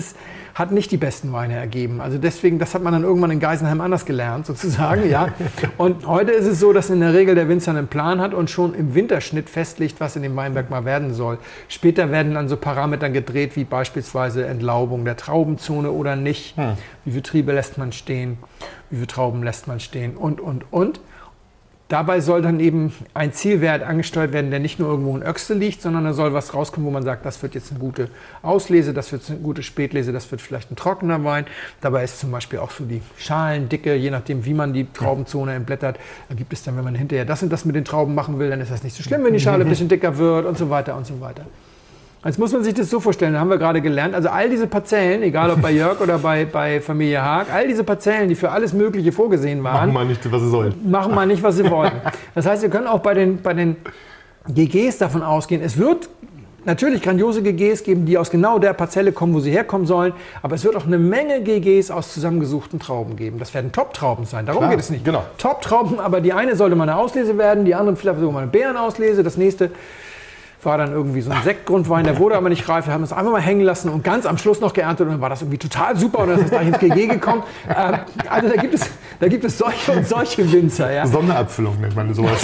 Hat nicht die besten Weine ergeben. Also deswegen, das hat man dann irgendwann in Geisenheim anders gelernt, sozusagen. Ja. Und heute ist es so, dass in der Regel der Winzer einen Plan hat und schon im Winterschnitt festlegt, was in dem Weinberg mal werden soll. Später werden dann so Parameter gedreht, wie beispielsweise Entlaubung der Traubenzone oder nicht. Wie viele Triebe lässt man stehen, wie viele Trauben lässt man stehen und. Dabei soll dann eben ein Zielwert angesteuert werden, der nicht nur irgendwo in Öchse liegt, sondern da soll was rauskommen, wo man sagt, das wird jetzt eine gute Auslese, das wird eine gute Spätlese, das wird vielleicht ein trockener Wein. Dabei ist zum Beispiel auch so die Schalendicke, je nachdem, wie man die Traubenzone entblättert. Da gibt es dann, wenn man hinterher das und das mit den Trauben machen will, dann ist das nicht so schlimm, wenn die Schale ein bisschen dicker wird und so weiter und so weiter. Jetzt muss man sich das so vorstellen, da haben wir gerade gelernt, also all diese Parzellen, egal ob bei Jörg oder bei Familie Haag, all diese Parzellen, die für alles Mögliche vorgesehen waren, machen mal nicht, was sie sollen. Machen mal nicht, was sie wollen. Das heißt, wir können auch bei den GGs davon ausgehen, es wird natürlich grandiose GGs geben, die aus genau der Parzelle kommen, wo sie herkommen sollen, aber es wird auch eine Menge GGs aus zusammengesuchten Trauben geben. Das werden Top-Trauben sein, darum geht es nicht. Genau. Top-Trauben, aber die eine sollte mal eine Auslese werden, die andere vielleicht sogar mal eine Beerenauslese, das nächste war dann irgendwie so ein Sektgrundwein, der wurde aber nicht reif. Wir haben es einfach mal hängen lassen und ganz am Schluss noch geerntet und dann war das irgendwie total super und dann ist es gleich ins GG gekommen. Also da gibt es solche und solche Winzer. Ja. Sonderabfüllung nennt man sowas.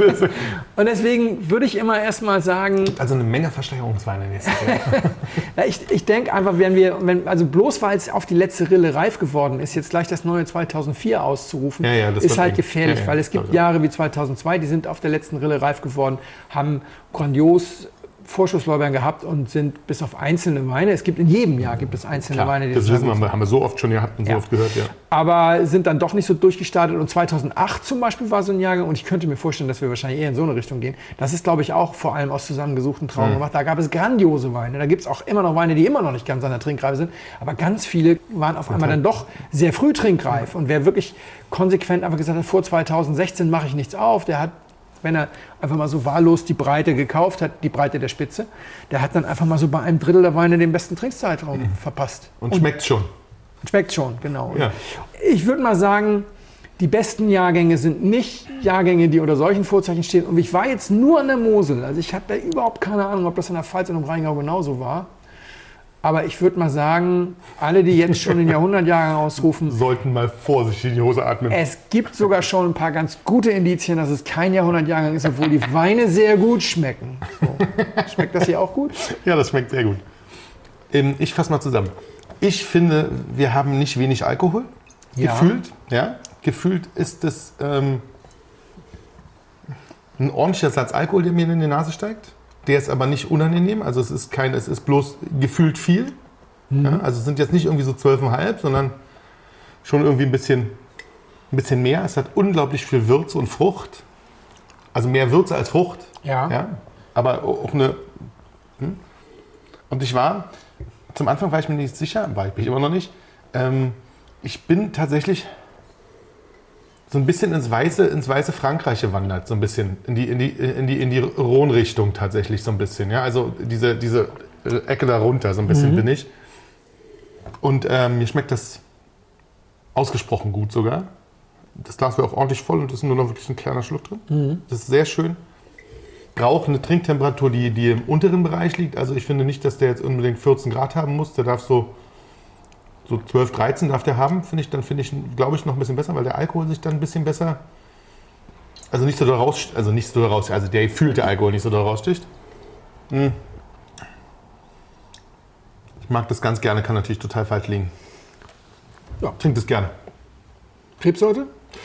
Und deswegen würde ich immer erst mal sagen... Also eine Menge Versteigerungsweine nächstes Jahr. Ja, ich denke einfach, also bloß weil es auf die letzte Rille reif geworden ist, jetzt gleich das neue 2004 auszurufen, ist halt gefährlich, weil es gibt Jahre wie 2002, die sind auf der letzten Rille reif geworden, haben grandios Vorschusslorbeeren gehabt und sind bis auf einzelne Weine, es gibt in jedem Jahr einzelne Weine, die das wissen wir, haben wir so oft schon gehabt und so oft gehört, ja. Aber sind dann doch nicht so durchgestartet und 2008 zum Beispiel war so ein Jahrgang und ich könnte mir vorstellen, dass wir wahrscheinlich eher in so eine Richtung gehen. Das ist, glaube ich, auch vor allem aus zusammengesuchten Trauben gemacht. Da gab es grandiose Weine. Da gibt es auch immer noch Weine, die immer noch nicht ganz an der Trinkreife sind, aber ganz viele waren auf einmal dann doch sehr früh trinkreif und wer wirklich konsequent einfach gesagt hat, vor 2016 mache ich nichts auf, der hat, wenn er einfach mal so wahllos die Breite gekauft hat, die Breite der Spitze, der hat dann einfach mal so bei einem Drittel der Weine den besten Trinkszeitraum verpasst. Und schmeckt schon. Schmeckt schon, genau. Ja. Ich würde mal sagen, die besten Jahrgänge sind nicht Jahrgänge, die unter solchen Vorzeichen stehen. Und ich war jetzt nur an der Mosel. Also ich habe da überhaupt keine Ahnung, ob das in der Pfalz und im Rheingau genauso war. Aber ich würde mal sagen, alle, die jetzt schon den Jahrhundertjahrgang ausrufen, sollten mal vorsichtig in die Hose atmen. Es gibt sogar schon ein paar ganz gute Indizien, dass es kein Jahrhundertjahrgang ist, obwohl die Weine sehr gut schmecken. So. Schmeckt das hier auch gut? Ja, das schmeckt sehr gut. Ich fasse mal zusammen. Ich finde, wir haben nicht wenig Alkohol. Ja. Gefühlt ist es ein ordentlicher Satz Alkohol, der mir in die Nase steigt. Der ist aber nicht unangenehm, also es ist bloß gefühlt viel. Ja, also es sind jetzt nicht irgendwie so 12,5, sondern schon irgendwie ein bisschen mehr. Es hat unglaublich viel Würze und Frucht. Also mehr Würze als Frucht. Ja. Aber auch eine... Und zum Anfang war ich mir nicht sicher, bin ich immer noch nicht. Ich bin tatsächlich so ein bisschen ins weiße Frankreich gewandert, so ein bisschen in die Rhône-Richtung tatsächlich so ein bisschen, ja, also diese Ecke da runter so ein bisschen bin ich. Und mir schmeckt das ausgesprochen gut sogar. Das Glas wäre auch ordentlich voll und es ist nur noch wirklich ein kleiner Schluck drin. Das ist sehr schön. Braucht eine Trinktemperatur, die im unteren Bereich liegt. Also ich finde nicht, dass der jetzt unbedingt 14 Grad haben muss. Der darf so 12, 13 darf der haben, dann finde ich, glaube ich, noch ein bisschen besser, weil der Alkohol sich dann ein bisschen besser, also nicht so da raus, also der gefühlte Alkohol nicht so da raussticht. Ich mag das ganz gerne, kann natürlich total falsch liegen. Ja, trinkt es gerne. Rebsorte?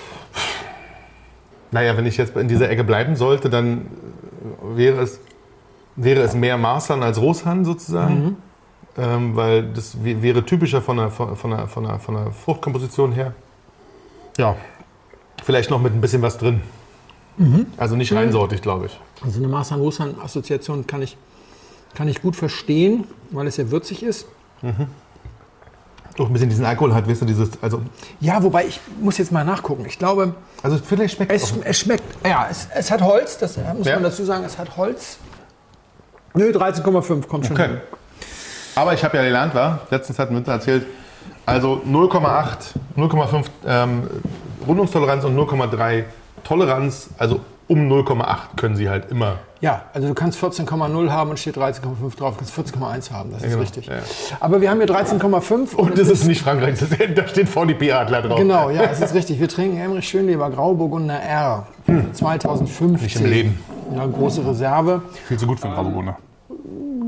Naja, wenn ich jetzt in dieser Ecke bleiben sollte, dann wäre es mehr Marsan als Roshahn sozusagen. Weil das wäre typischer von der Fruchtkomposition her. Ja, vielleicht noch mit ein bisschen was drin. Also nicht reinsortig, glaube ich. Also eine Marsan-Roshahn-Assoziation kann ich gut verstehen, weil es sehr würzig ist. Auch ein bisschen diesen Alkohol hat, weißt du, Ja, wobei ich muss jetzt mal nachgucken. Ich glaube... Also vielleicht schmeckt es schmeckt, ja, es hat Holz, das muss man dazu sagen, es hat Holz. Nö, 13,5 kommt schon hin. Aber ich habe ja gelernt, letztens hat ein Winzer erzählt, also 0,5 Rundungstoleranz und 0,3 Toleranz, also um 0,8 können sie halt immer. Ja, also du kannst 14,0 haben und steht 13,5 drauf, du kannst 14,1 haben, das ist richtig. Ja. Aber wir haben hier 13,5 und das ist nicht Frankreich, da steht VDP-Adler drauf. Genau, ja, das ist richtig. Wir trinken Emmerich Schönleber Grauburgunder R 2015. Nicht im Leben. Ja, große Reserve. Viel zu gut für einen Grauburgunder.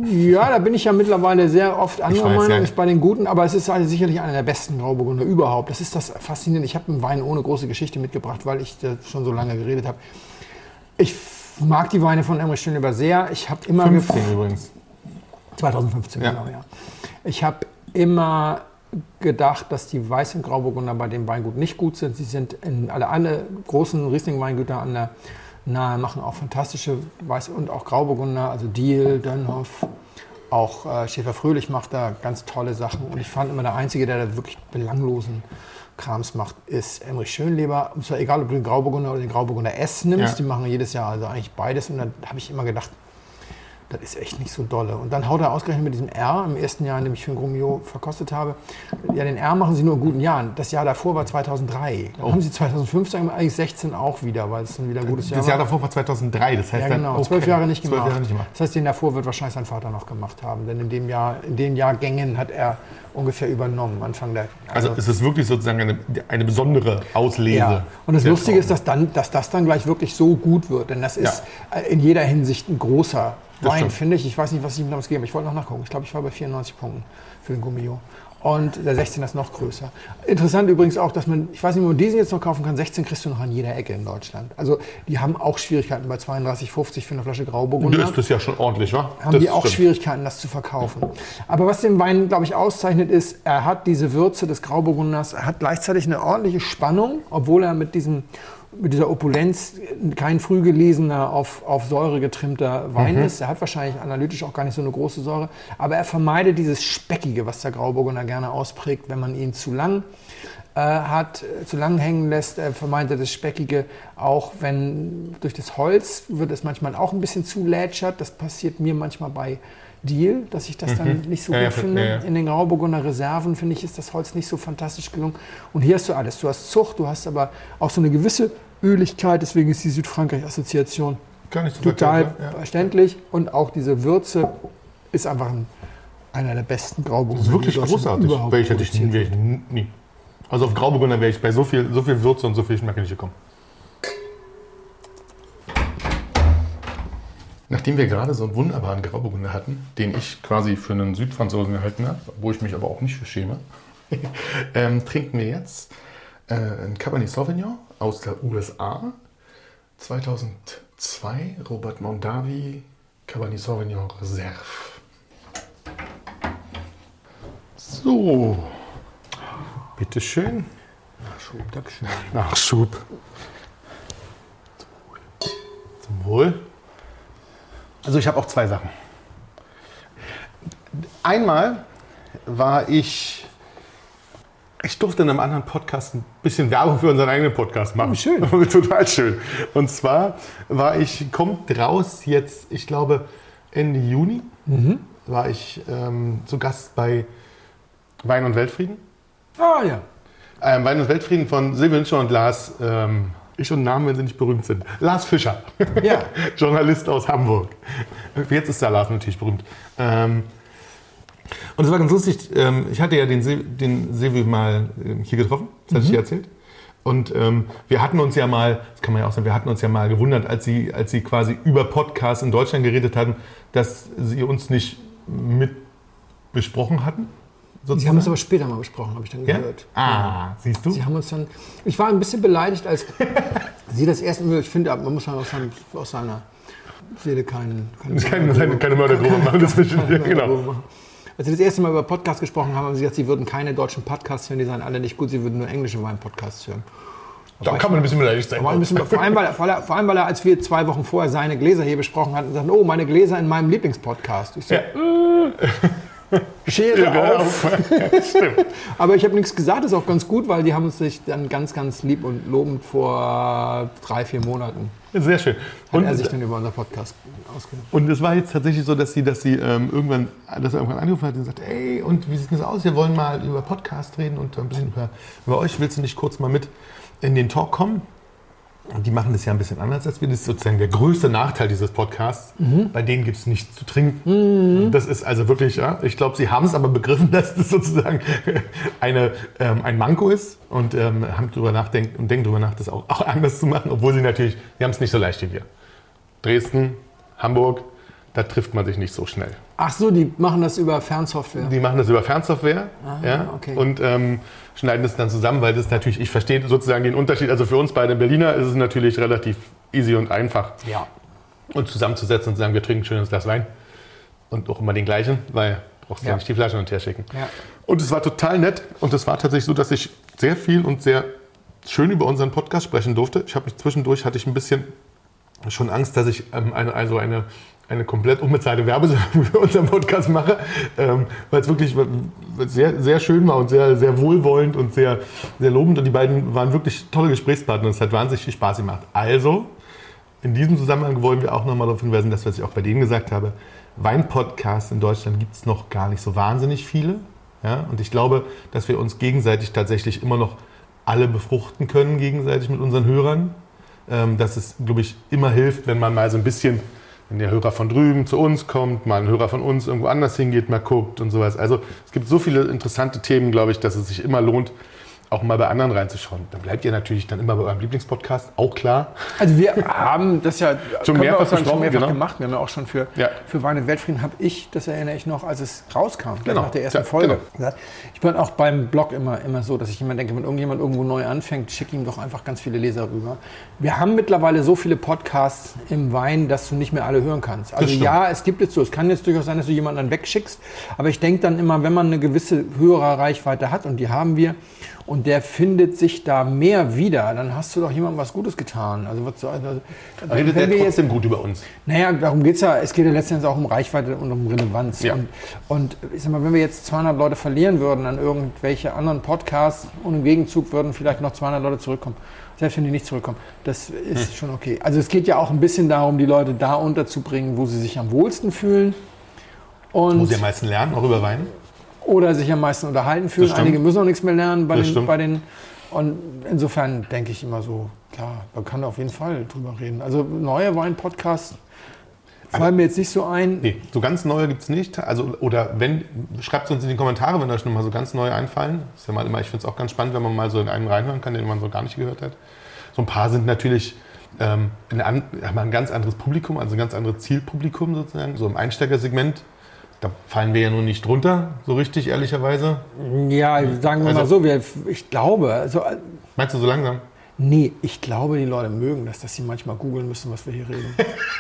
Ja, da bin ich ja mittlerweile sehr oft anderer Meinung, ja. ist bei den Guten, aber es ist also sicherlich einer der besten Grauburgunder überhaupt. Das ist das Faszinierende. Ich habe einen Wein ohne große Geschichte mitgebracht, weil ich da schon so lange geredet habe. Ich mag die Weine von Emrich Schönleber sehr. Ich habe immer 15 übrigens. 2015, Ja. genau, ja. Ich habe immer gedacht, dass die weißen Grauburgunder bei dem Weingut nicht gut sind. Sie sind alle großen Riesling-Weingüter an der Nahe, machen auch fantastische Weiß- und auch Grauburgunder, also Diehl, Dönhoff, auch Schäfer-Fröhlich macht da ganz tolle Sachen. Und ich fand immer, der Einzige, der da wirklich belanglosen Krams macht, ist Emrich Schönleber. Und zwar egal, ob du den Grauburgunder oder den Grauburgunder S nimmst, Ja. die machen jedes Jahr also eigentlich beides. Und dann habe ich immer gedacht, das ist echt nicht so dolle. Und dann haut er ausgerechnet mit diesem R im ersten Jahr, in dem ich für den Grumio verkostet habe. Ja, den R machen sie nur in guten Jahren. Das Jahr davor war 2003. Dann haben sie 2015, eigentlich 16 auch wieder, weil es dann wieder ein gutes Jahr Das war. Jahr davor war 2003, das heißt Ja, genau. dann... 12 Jahre nicht 12 gemacht. Jahre nicht gemacht. Das heißt, den davor wird wahrscheinlich sein Vater noch gemacht haben. Denn in den Jahrgängen hat er ungefähr übernommen, Anfang der... Also es ist wirklich sozusagen eine besondere Auslese. Ja. Und das der Lustige ist, Trauben. dass das dann gleich wirklich so gut wird. Denn das ist in jeder Hinsicht ein großer Das Wein, stimmt. finde ich. Ich weiß nicht, was ich ihm damals gegeben habe. Ich wollte noch nachgucken. Ich glaube, ich war bei 94 Punkten für den Grumio. Und der 16 ist noch größer. Interessant übrigens auch, dass man, ich weiß nicht, wo man diesen jetzt noch kaufen kann, 16 kriegst du noch an jeder Ecke in Deutschland. Also die haben auch Schwierigkeiten bei 32,50 für eine Flasche Grauburgunder. Das ist ja schon ordentlich, wa? Haben Das die auch stimmt. Schwierigkeiten, das zu verkaufen. Aber was den Wein, glaube ich, auszeichnet, ist, er hat diese Würze des Grauburgunders, er hat gleichzeitig eine ordentliche Spannung, obwohl er mit dieser Opulenz kein früh gelesener, auf Säure getrimmter Wein ist. Er hat wahrscheinlich analytisch auch gar nicht so eine große Säure, aber er vermeidet dieses Speckige, was der Grauburgunder gerne ausprägt, wenn man ihn zu lang zu lang hängen lässt. Er vermeidet das Speckige, auch wenn durch das Holz wird es manchmal auch ein bisschen zu lätschert. Das passiert mir manchmal bei Diehl, dass ich das dann nicht so gut finde. Ja. In den Grauburgunder Reserven, finde ich, ist das Holz nicht so fantastisch gelungen. Und hier hast du alles. Du hast Zucht, du hast aber auch so eine gewisse Öligkeit. Deswegen ist die Südfrankreich-Assoziation Gar nicht so total verkehrt, ja. verständlich. Und auch diese Würze ist einfach einer der besten Grauburgunder. Das ist wirklich die in Deutschland großartig. überhaupt Welche hätte ich produziert nie. Also auf Grauburgunder wäre ich bei so viel Würze und so viel Geschmack nicht gekommen. Nachdem wir gerade so einen wunderbaren Grauburgunder hatten, den ich quasi für einen Südfranzosen gehalten habe, wo ich mich aber auch nicht für schäme, trinken wir jetzt ein Cabernet Sauvignon aus der USA. 2002, Robert Mondavi, Cabernet Sauvignon Reserve. So, bitteschön. Nachschub, Dankeschön. Nachschub. Zum Wohl. Also ich habe auch zwei Sachen. Einmal war ich durfte in einem anderen Podcast ein bisschen Werbung für unseren eigenen Podcast machen. Oh, schön. Total schön. Und zwar kommt raus jetzt, ich glaube Ende Juni, war ich zu Gast bei Wein und Weltfrieden. Ah ja. Wein und Weltfrieden von Silvia Hünscher und Lars, ich und Namen, wenn sie nicht berühmt sind. Lars Fischer, Ja. Journalist aus Hamburg. Jetzt ist der Lars natürlich berühmt. Und es war ganz lustig, ich hatte ja den Silvi mal hier getroffen, das hatte ich dir erzählt. Und wir hatten uns ja mal, das kann man ja auch sagen, wir hatten uns ja mal gewundert, als sie quasi über Podcasts in Deutschland geredet hatten, dass sie uns nicht mit besprochen hatten. Sozusagen. Sie haben es aber später mal besprochen, habe ich dann gehört. Ah, siehst du? Sie haben uns dann. Ich war ein bisschen beleidigt, als Sie das erste Mal. Ich finde, man muss man aus seiner Seele keine Mördergrube machen. Das ist keine genau. Mördergrube machen. Als Sie das erste Mal über Podcast gesprochen haben, haben Sie gesagt, Sie würden keine deutschen Podcasts hören, die seien alle nicht gut, Sie würden nur englische Wein-Podcasts hören. Da kann man ein bisschen beleidigt sein. Vor allem, weil er, als wir 2 Wochen vorher seine Gläser hier besprochen hatten, sagten, oh, meine Gläser in meinem Lieblingspodcast. Ich so, Schere auf. Stimmt. Aber ich habe nichts gesagt, das ist auch ganz gut, weil die haben uns sich dann ganz, ganz lieb und lobend vor 3-4 Monaten Sehr schön. hat er sich dann über unser Podcast ausgehört. Und es war jetzt tatsächlich so, dass sie irgendwann angerufen hat und gesagt, ey, und wie sieht das aus? Wir wollen mal über Podcast reden und ein bisschen über euch. Willst du nicht kurz mal mit in den Talk kommen? Und die machen das ja ein bisschen anders als wir. Das ist sozusagen der größte Nachteil dieses Podcasts. Bei denen gibt es nichts zu trinken. Das ist also wirklich, ja, ich glaube, sie haben es aber begriffen, dass das sozusagen ein Manko ist und denken drüber nach, das auch anders zu machen, obwohl sie haben es nicht so leicht wie wir. Dresden, Hamburg, da trifft man sich nicht so schnell. Ach so, die machen das über Fernsoftware. Die machen das über Fernsoftware. Okay. Und schneiden das dann zusammen, weil das natürlich, ich verstehe sozusagen den Unterschied. Also für uns beide Berliner ist es natürlich relativ easy und einfach. Ja. Und zusammenzusetzen und zu sagen, wir trinken ein schönes Glas Wein. Und auch immer den gleichen, weil du brauchst ja nicht die Flasche hin und her schicken. Ja. Und es war total nett. Und es war tatsächlich so, dass ich sehr viel und sehr schön über unseren Podcast sprechen durfte. Zwischendurch hatte ich ein bisschen schon Angst, dass ich eine komplett unbezahlte Werbesendung für unseren Podcast mache, weil es wirklich sehr, sehr schön war und sehr, sehr wohlwollend und sehr, sehr lobend. Und die beiden waren wirklich tolle Gesprächspartner. Es hat wahnsinnig viel Spaß gemacht. Also, in diesem Zusammenhang wollen wir auch nochmal darauf hinweisen, dass, was ich auch bei denen gesagt habe, Weinpodcasts in Deutschland gibt es noch gar nicht so wahnsinnig viele. Ja? Und ich glaube, dass wir uns gegenseitig tatsächlich immer noch alle befruchten können, gegenseitig mit unseren Hörern. Dass es, glaube ich, immer hilft, wenn man mal so ein bisschen, wenn der Hörer von drüben zu uns kommt, mal ein Hörer von uns irgendwo anders hingeht, mal guckt und sowas. Also es gibt so viele interessante Themen, glaube ich, dass es sich immer lohnt, auch mal bei anderen reinzuschauen. Dann bleibt ihr natürlich dann immer bei eurem Lieblingspodcast, auch klar. Also wir haben das ja schon mehrfach gemacht. Wir haben ja auch schon für Wein und Weltfrieden, habe ich, das erinnere ich noch, als es rauskam, nach der ersten Folge. Genau. Ich bin auch beim Blog immer so, dass ich immer denke, wenn irgendjemand irgendwo neu anfängt, schick ihm doch einfach ganz viele Leser rüber. Wir haben mittlerweile so viele Podcasts im Wein, dass du nicht mehr alle hören kannst. Also ja, es gibt jetzt so, es kann jetzt durchaus sein, dass du jemanden dann wegschickst, aber ich denke dann immer, wenn man eine gewisse höhere Reichweite hat, und die haben wir, und der findet sich da mehr wieder, dann hast du doch jemandem was Gutes getan. Also redet der trotzdem gut über uns? Naja, darum geht es ja. Es geht ja letztendlich auch um Reichweite und um Relevanz. Ja. Und ich sag mal, wenn wir jetzt 200 Leute verlieren würden an irgendwelche anderen Podcasts und im Gegenzug würden vielleicht noch 200 Leute zurückkommen, selbst wenn die nicht zurückkommen, das ist schon okay. Also es geht ja auch ein bisschen darum, die Leute da unterzubringen, wo sie sich am wohlsten fühlen. Und wo sie am meisten lernen, auch über Wein? Oder sich am meisten unterhalten fühlen. Einige müssen auch nichts mehr lernen bei den. Und insofern denke ich immer so, klar, man kann auf jeden Fall drüber reden. Also neue Wein-Podcasts fallen mir jetzt nicht so ein. Nee, so ganz neue gibt es nicht. Also, oder wenn, schreibt es uns in die Kommentare, wenn euch noch mal so ganz neue einfallen. Das ist ja mal immer, ich finde es auch ganz spannend, wenn man mal so in einen reinhören kann, den man so gar nicht gehört hat. So ein paar sind natürlich haben ein ganz anderes Publikum, also ein ganz anderes Zielpublikum sozusagen, so im Einsteigersegment. Da fallen wir ja nun nicht drunter, so richtig, ehrlicherweise. Ja, sagen wir mal so, ich glaube... Also, meinst du so langsam? Nee, ich glaube, die Leute mögen das, dass sie manchmal googeln müssen, was wir hier reden.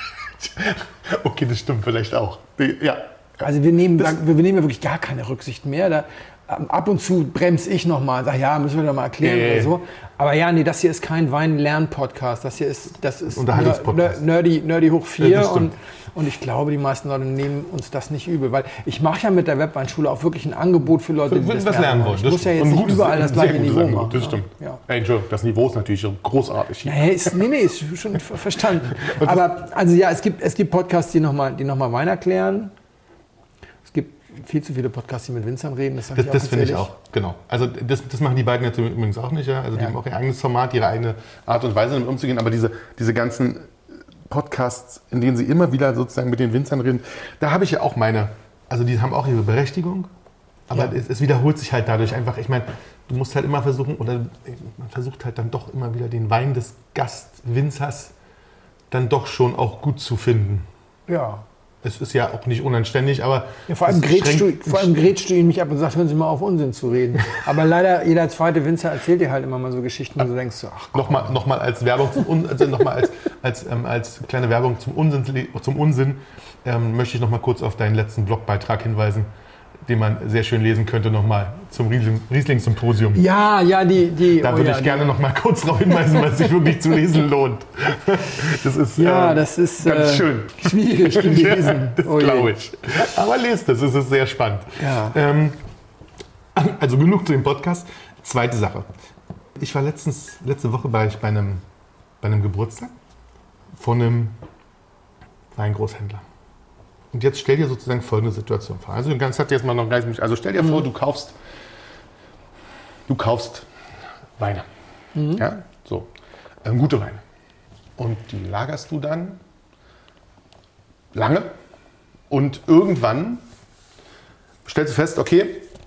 Okay, das stimmt vielleicht auch. Ja. Also wir nehmen ja wirklich gar keine Rücksicht mehr. Ab und zu bremse ich nochmal und sage, ja, müssen wir doch mal erklären oder so. Aber ja, nee, das hier ist kein Wein-Lern-Podcast. Das ist Unterhaltungspodcast. Nerdy hoch 4. Ja, und ich glaube, die meisten Leute nehmen uns das nicht übel. Weil ich mache ja mit der Webweinschule auch wirklich ein Angebot für Leute, die das lernen wollen. Ich muss ja jetzt nicht überall das gleiche Niveau machen. Das stimmt. Ja. Hey, Entschuldigung, das Niveau ist natürlich großartig. Nee, ist schon verstanden. Aber also ja, es gibt Podcasts, die nochmal Wein erklären. Es gibt viel zu viele Podcasts, die mit Winzern reden. Das finde ich auch, genau. Also das machen die beiden jetzt übrigens auch nicht. Ja? Also die haben auch ihr eigenes Format, ihre eigene Art und Weise, damit umzugehen. Aber diese ganzen Podcasts, in denen sie immer wieder sozusagen mit den Winzern reden, da habe ich ja auch also die haben auch ihre Berechtigung. Aber es wiederholt sich halt dadurch einfach. Ich meine, du musst halt immer versuchen, oder man versucht halt dann doch immer wieder den Wein des Gastwinzers dann doch schon auch gut zu finden. Ja. Es ist ja auch nicht unanständig, aber... Ja, vor allem grätscht du ihn mich ab und sagt, hören Sie mal auf, Unsinn zu reden. Aber leider, jeder zweite Winzer erzählt dir halt immer mal so Geschichten, wo du denkst, ach komm. Nochmal als Werbung als kleine Werbung zum Unsinn möchte ich nochmal kurz auf deinen letzten Blogbeitrag hinweisen, den man sehr schön lesen könnte, nochmal zum Riesling-Symposium. Ja, Da würde ich gerne nochmal kurz darauf hinweisen, weil es sich wirklich zu lesen lohnt. Das ist ganz schön. Schwierig gewesen. Das glaube ich. Aber lest es ist sehr spannend. Ja. Also genug zu dem Podcast. Zweite Sache. Ich war letzte Woche bei einem Geburtstag von einem Weingroßhändler. Und jetzt stell dir sozusagen folgende Situation vor. Also ganz hat jetzt mal noch gar nicht. Also stell dir vor, du kaufst Weine. Ja, so. Gute Weine. Und die lagerst du dann lange. Und irgendwann stellst du fest, okay,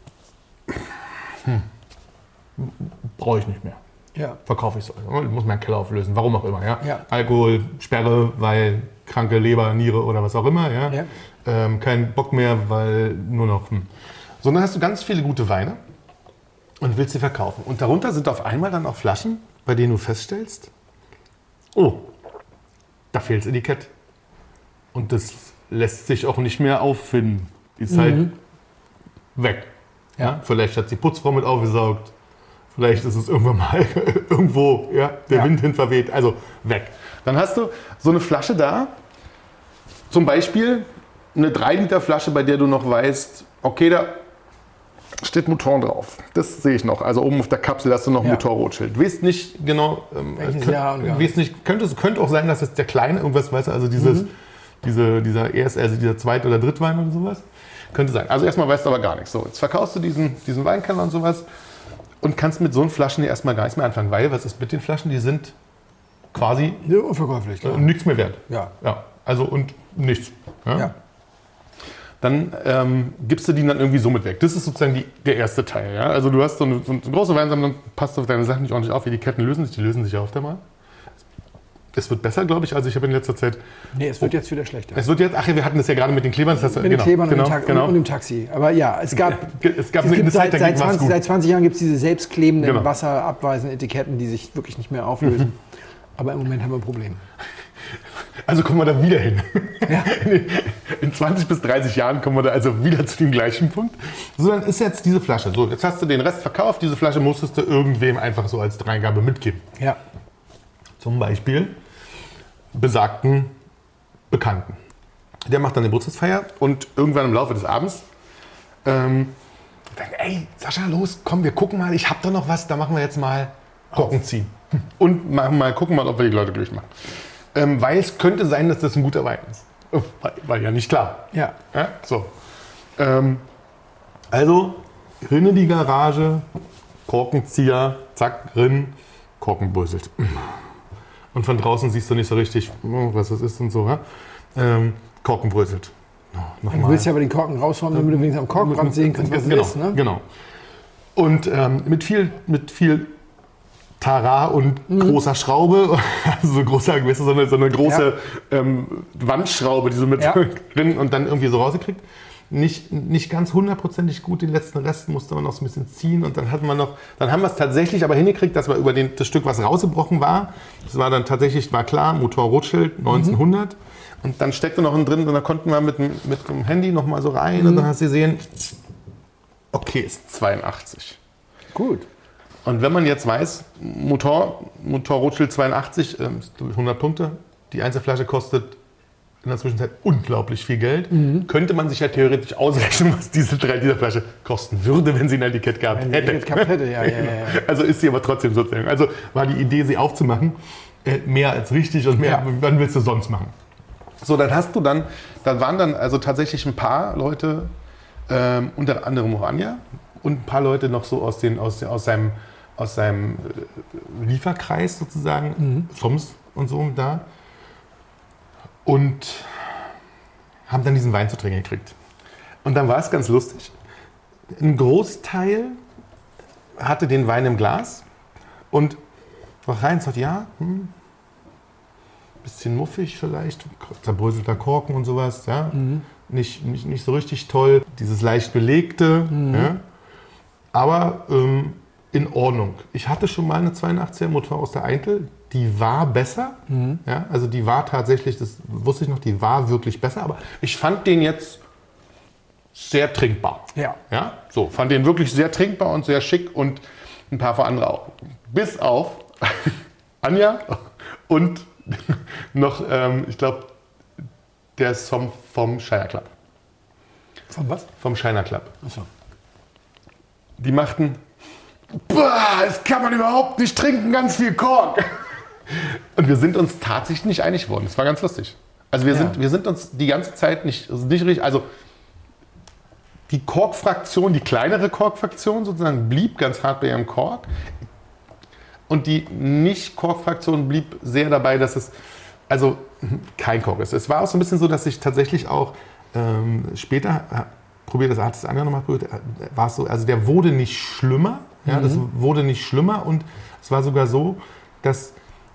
brauche ich nicht mehr. Ja. Verkaufe ich so. Ich muss meinen Keller auflösen, warum auch immer. Ja? Ja. Alkohol, Sperre, weil kranke Leber, Niere oder was auch immer. Ja? Ja. Kein Bock mehr, weil nur noch... Sondern hast du ganz viele gute Weine und willst sie verkaufen. Und darunter sind auf einmal dann auch Flaschen, bei denen du feststellst, oh, da fehlt das Etikett. Und das lässt sich auch nicht mehr auffinden. Die ist halt weg. Ja. Vielleicht hat die Putzfrau mit aufgesaugt. Vielleicht ist es irgendwann mal irgendwo der Wind hin verweht. Also weg. Dann hast du so eine Flasche da. Zum Beispiel eine 3-Liter Flasche, bei der du noch weißt, okay, da steht Mouton drauf. Das sehe ich noch. Also oben auf der Kapsel hast du noch ein Motorrotschild. Du weißt nicht genau, könnte auch sein, dass jetzt der kleine irgendwas, weißt du, also dieser Zweit- oder Drittwein oder sowas. Könnte sein. Also erstmal weißt du aber gar nichts. So, jetzt verkaufst du diesen Weinkeller und sowas und kannst mit so einen Flaschen erstmal gar nichts mehr anfangen, weil was ist mit den Flaschen? Die sind quasi unverkäuflich. Nichts mehr wert. Ja. Also und nichts. Ja. Dann gibst du die dann irgendwie so mit weg. Das ist sozusagen der erste Teil. Ja? Also du hast so eine große Weinsammlung, passt auf deine Sachen nicht ordentlich auf, wie die Ketten lösen sich. Die lösen sich ja oft einmal. Es wird besser, glaube ich. Also ich habe in letzter Zeit... Nee, es wird jetzt wieder schlechter. Wir hatten das ja gerade mit den Klebern. Mit den Klebern und dem Taxi. Aber ja, seit 20 Jahren gibt es diese selbstklebenden, wasserabweisenden Etiketten, die sich wirklich nicht mehr auflösen. Aber im Moment haben wir ein Problem. Also kommen wir da wieder hin. Ja. In 20 bis 30 Jahren kommen wir da also wieder zu dem gleichen Punkt. So, dann ist jetzt diese Flasche. So, jetzt hast du den Rest verkauft. Diese Flasche musstest du irgendwem einfach so als Dreingabe mitgeben. Ja. Zum Beispiel besagten Bekannten. Der macht dann eine Geburtstagsfeier und irgendwann im Laufe des Abends denkt, ey, Sascha, los, komm, wir gucken mal. Ich hab doch noch was. Da machen wir jetzt mal Korken ziehen. Und gucken mal, ob wir die Leute glücklich machen. Weil es könnte sein, dass das ein guter Wein ist. War ja nicht klar. Ja. So. Also, rinne in die Garage, Korkenzieher, zack, rinn, Korken bröselt. Und von draußen siehst du nicht so richtig, was das ist und so. Korken bröselt. Du willst ja aber den Korken raushauen, damit du wenigstens am Korkenrand sehen kannst, was es ist. Ne? Genau. Und mit viel Tara und großer Schraube, also so großer, so eine große Wandschraube, die so mit drin und dann irgendwie so rausgekriegt. Nicht ganz hundertprozentig gut, den letzten Rest musste man noch so ein bisschen ziehen und dann haben wir es tatsächlich aber hingekriegt, dass wir über das Stück, was rausgebrochen war, das war dann tatsächlich, war klar, Motorrotschild 1900 und dann steckte noch drin und da konnten wir mit dem Handy noch mal so rein und dann hast du gesehen, okay, ist 82. Gut. Und wenn man jetzt weiß, Motorrotschild 82, 100 Punkte, die Einzelflasche kostet in der Zwischenzeit unglaublich viel Geld, könnte man sich ja theoretisch ausrechnen, was diese Flasche kosten würde, wenn sie ein Etikett gehabt hätte. Ja. Also ist sie aber trotzdem sozusagen. Also war die Idee, sie aufzumachen, mehr als richtig und mehr, wann willst du sonst machen? So, da waren dann also tatsächlich ein paar Leute, unter anderem auch Anja, und ein paar Leute noch so aus seinem Lieferkreis sozusagen, Soms und so da. Und haben dann diesen Wein zu trinken gekriegt. Und dann war es ganz lustig. Ein Großteil hatte den Wein im Glas und war rein und sagt, bisschen muffig vielleicht, zerbröselter Korken und sowas, nicht so richtig toll. Dieses leicht belegte, aber in Ordnung. Ich hatte schon mal eine 82er Motor aus der Eintel, die war besser. Also die war tatsächlich, das wusste ich noch, die war wirklich besser, aber ich fand den jetzt sehr trinkbar. So, fand den wirklich sehr trinkbar und sehr schick und ein paar andere auch. Bis auf Anja und noch, ich glaube, der Song vom Shiner Club. Vom was? Vom Shiner Club. Achso. Die machten, das kann man überhaupt nicht trinken, ganz viel Kork. Und wir sind uns tatsächlich nicht einig geworden. Das war ganz lustig. Also wir sind uns die ganze Zeit nicht richtig, also die Kork-Fraktion, die kleinere Kork-Fraktion sozusagen blieb ganz hart bei ihrem Kork. Und die Nicht-Kork-Fraktion blieb sehr dabei, dass es also kein Kork ist. Es war auch so ein bisschen so, dass ich tatsächlich auch später probiert, das hat das andere nochmal probiert, war es so, also der wurde nicht schlimmer, das wurde nicht schlimmer und es war sogar so, dass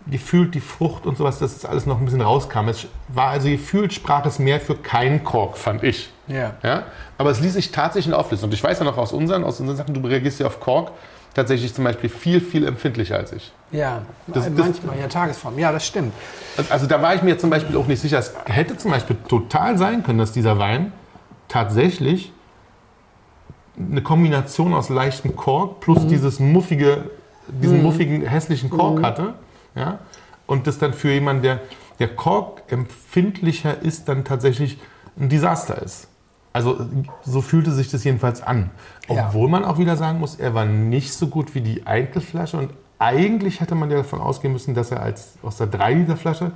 gefühlt die Frucht und sowas, dass das alles noch ein bisschen rauskam. Es war also gefühlt, sprach es mehr für keinen Kork, fand ich. Ja. Ja? Aber es ließ sich tatsächlich auflösen. Und ich weiß ja noch aus unseren Sachen, du reagierst ja auf Kork tatsächlich zum Beispiel viel, viel empfindlicher als ich. Ja, manchmal, ja, Tagesform. Ja, das stimmt. Also da war ich mir zum Beispiel auch nicht sicher. Es hätte zum Beispiel total sein können, dass dieser Wein tatsächlich eine Kombination aus leichtem Kork plus diesen muffigen, hässlichen Kork hatte. Ja? Und das dann für jemanden, der Kork empfindlicher ist, dann tatsächlich ein Desaster ist. Also so fühlte sich das jedenfalls an. Obwohl man auch wieder sagen muss, er war nicht so gut wie die Einzelflasche. Und eigentlich hätte man ja davon ausgehen müssen, dass er aus der 3-Liter-Flasche...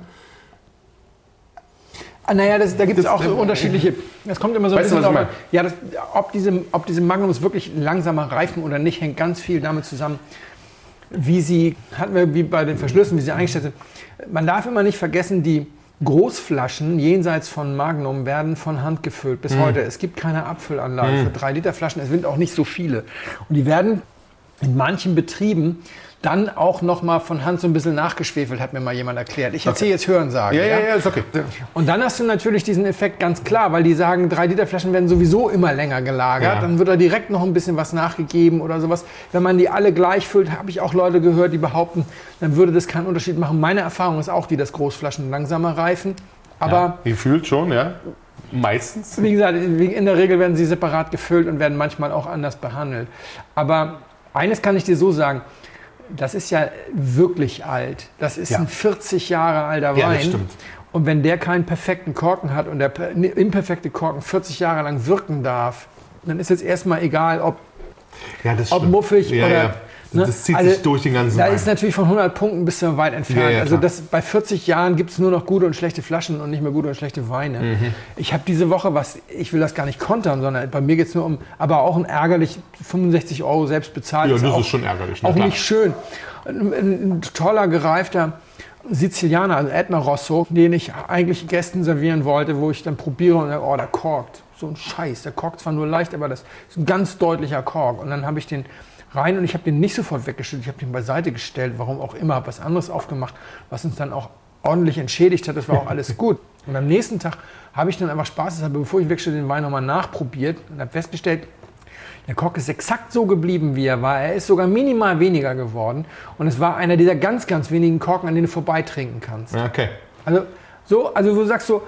Naja, da gibt es auch so unterschiedliche... Das kommt immer so ein bisschen drauf. Ja, ob diese Magnums wirklich langsamer reifen oder nicht, hängt ganz viel damit zusammen, wie bei den Verschlüssen, wie sie eingestellt sind. Man darf immer nicht vergessen, die Großflaschen jenseits von Magnum werden von Hand gefüllt bis heute. Es gibt keine Abfüllanlage für 3-Liter-Flaschen. Es sind auch nicht so viele. Und die werden in manchen Betrieben dann auch noch mal von Hand so ein bisschen nachgeschwefelt, hat mir mal jemand erklärt. Ich erzähle jetzt Hörensagen. Ja, ist okay. Und dann hast du natürlich diesen Effekt ganz klar, weil die sagen, 3-Liter-Flaschen werden sowieso immer länger gelagert. Ja. Dann wird da direkt noch ein bisschen was nachgegeben oder sowas. Wenn man die alle gleich füllt, habe ich auch Leute gehört, die behaupten, dann würde das keinen Unterschied machen. Meine Erfahrung ist auch die, dass Großflaschen langsamer reifen. Aber gefühlt schon, ja. Meistens. Wie gesagt, in der Regel werden sie separat gefüllt und werden manchmal auch anders behandelt. Aber eines kann ich dir so sagen, das ist ja wirklich alt. Das ist ein 40 Jahre alter Wein. Ja, das stimmt. Und wenn der keinen perfekten Korken hat und der imperfekte Korken 40 Jahre lang wirken darf, dann ist jetzt erstmal egal, ob muffig oder... Ja. Das zieht sich durch den ganzen Da Wein. ist natürlich von 100 Punkten bis zu weit entfernt. Ja, also bei 40 Jahren gibt es nur noch gute und schlechte Flaschen und nicht mehr gute und schlechte Weine. Ich habe diese Woche ich will das gar nicht kontern, sondern bei mir geht es nur aber auch ein ärgerlich 65 € selbst bezahlt. Ja, das ist schon ärgerlich. Auch nicht schön. Ein toller, gereifter Sizilianer, also Etna Rosso, den ich eigentlich Gästen servieren wollte, wo ich dann probiere und der korkt. So ein Scheiß. Der korkt zwar nur leicht, aber das ist ein ganz deutlicher Kork. Und dann habe ich den rein und ich habe den nicht sofort weggeschüttet, ich habe den beiseite gestellt, warum auch immer, habe was anderes aufgemacht, was uns dann auch ordentlich entschädigt hat, das war auch alles gut. Und am nächsten Tag habe ich dann einfach spaßeshalber, bevor ich wegstelle, den Wein nochmal nachprobiert und habe festgestellt, der Kork ist exakt so geblieben, wie er war. Er ist sogar minimal weniger geworden und es war einer dieser ganz, ganz wenigen Korken, an denen du vorbeitrinken kannst. Okay. Also du sagst so,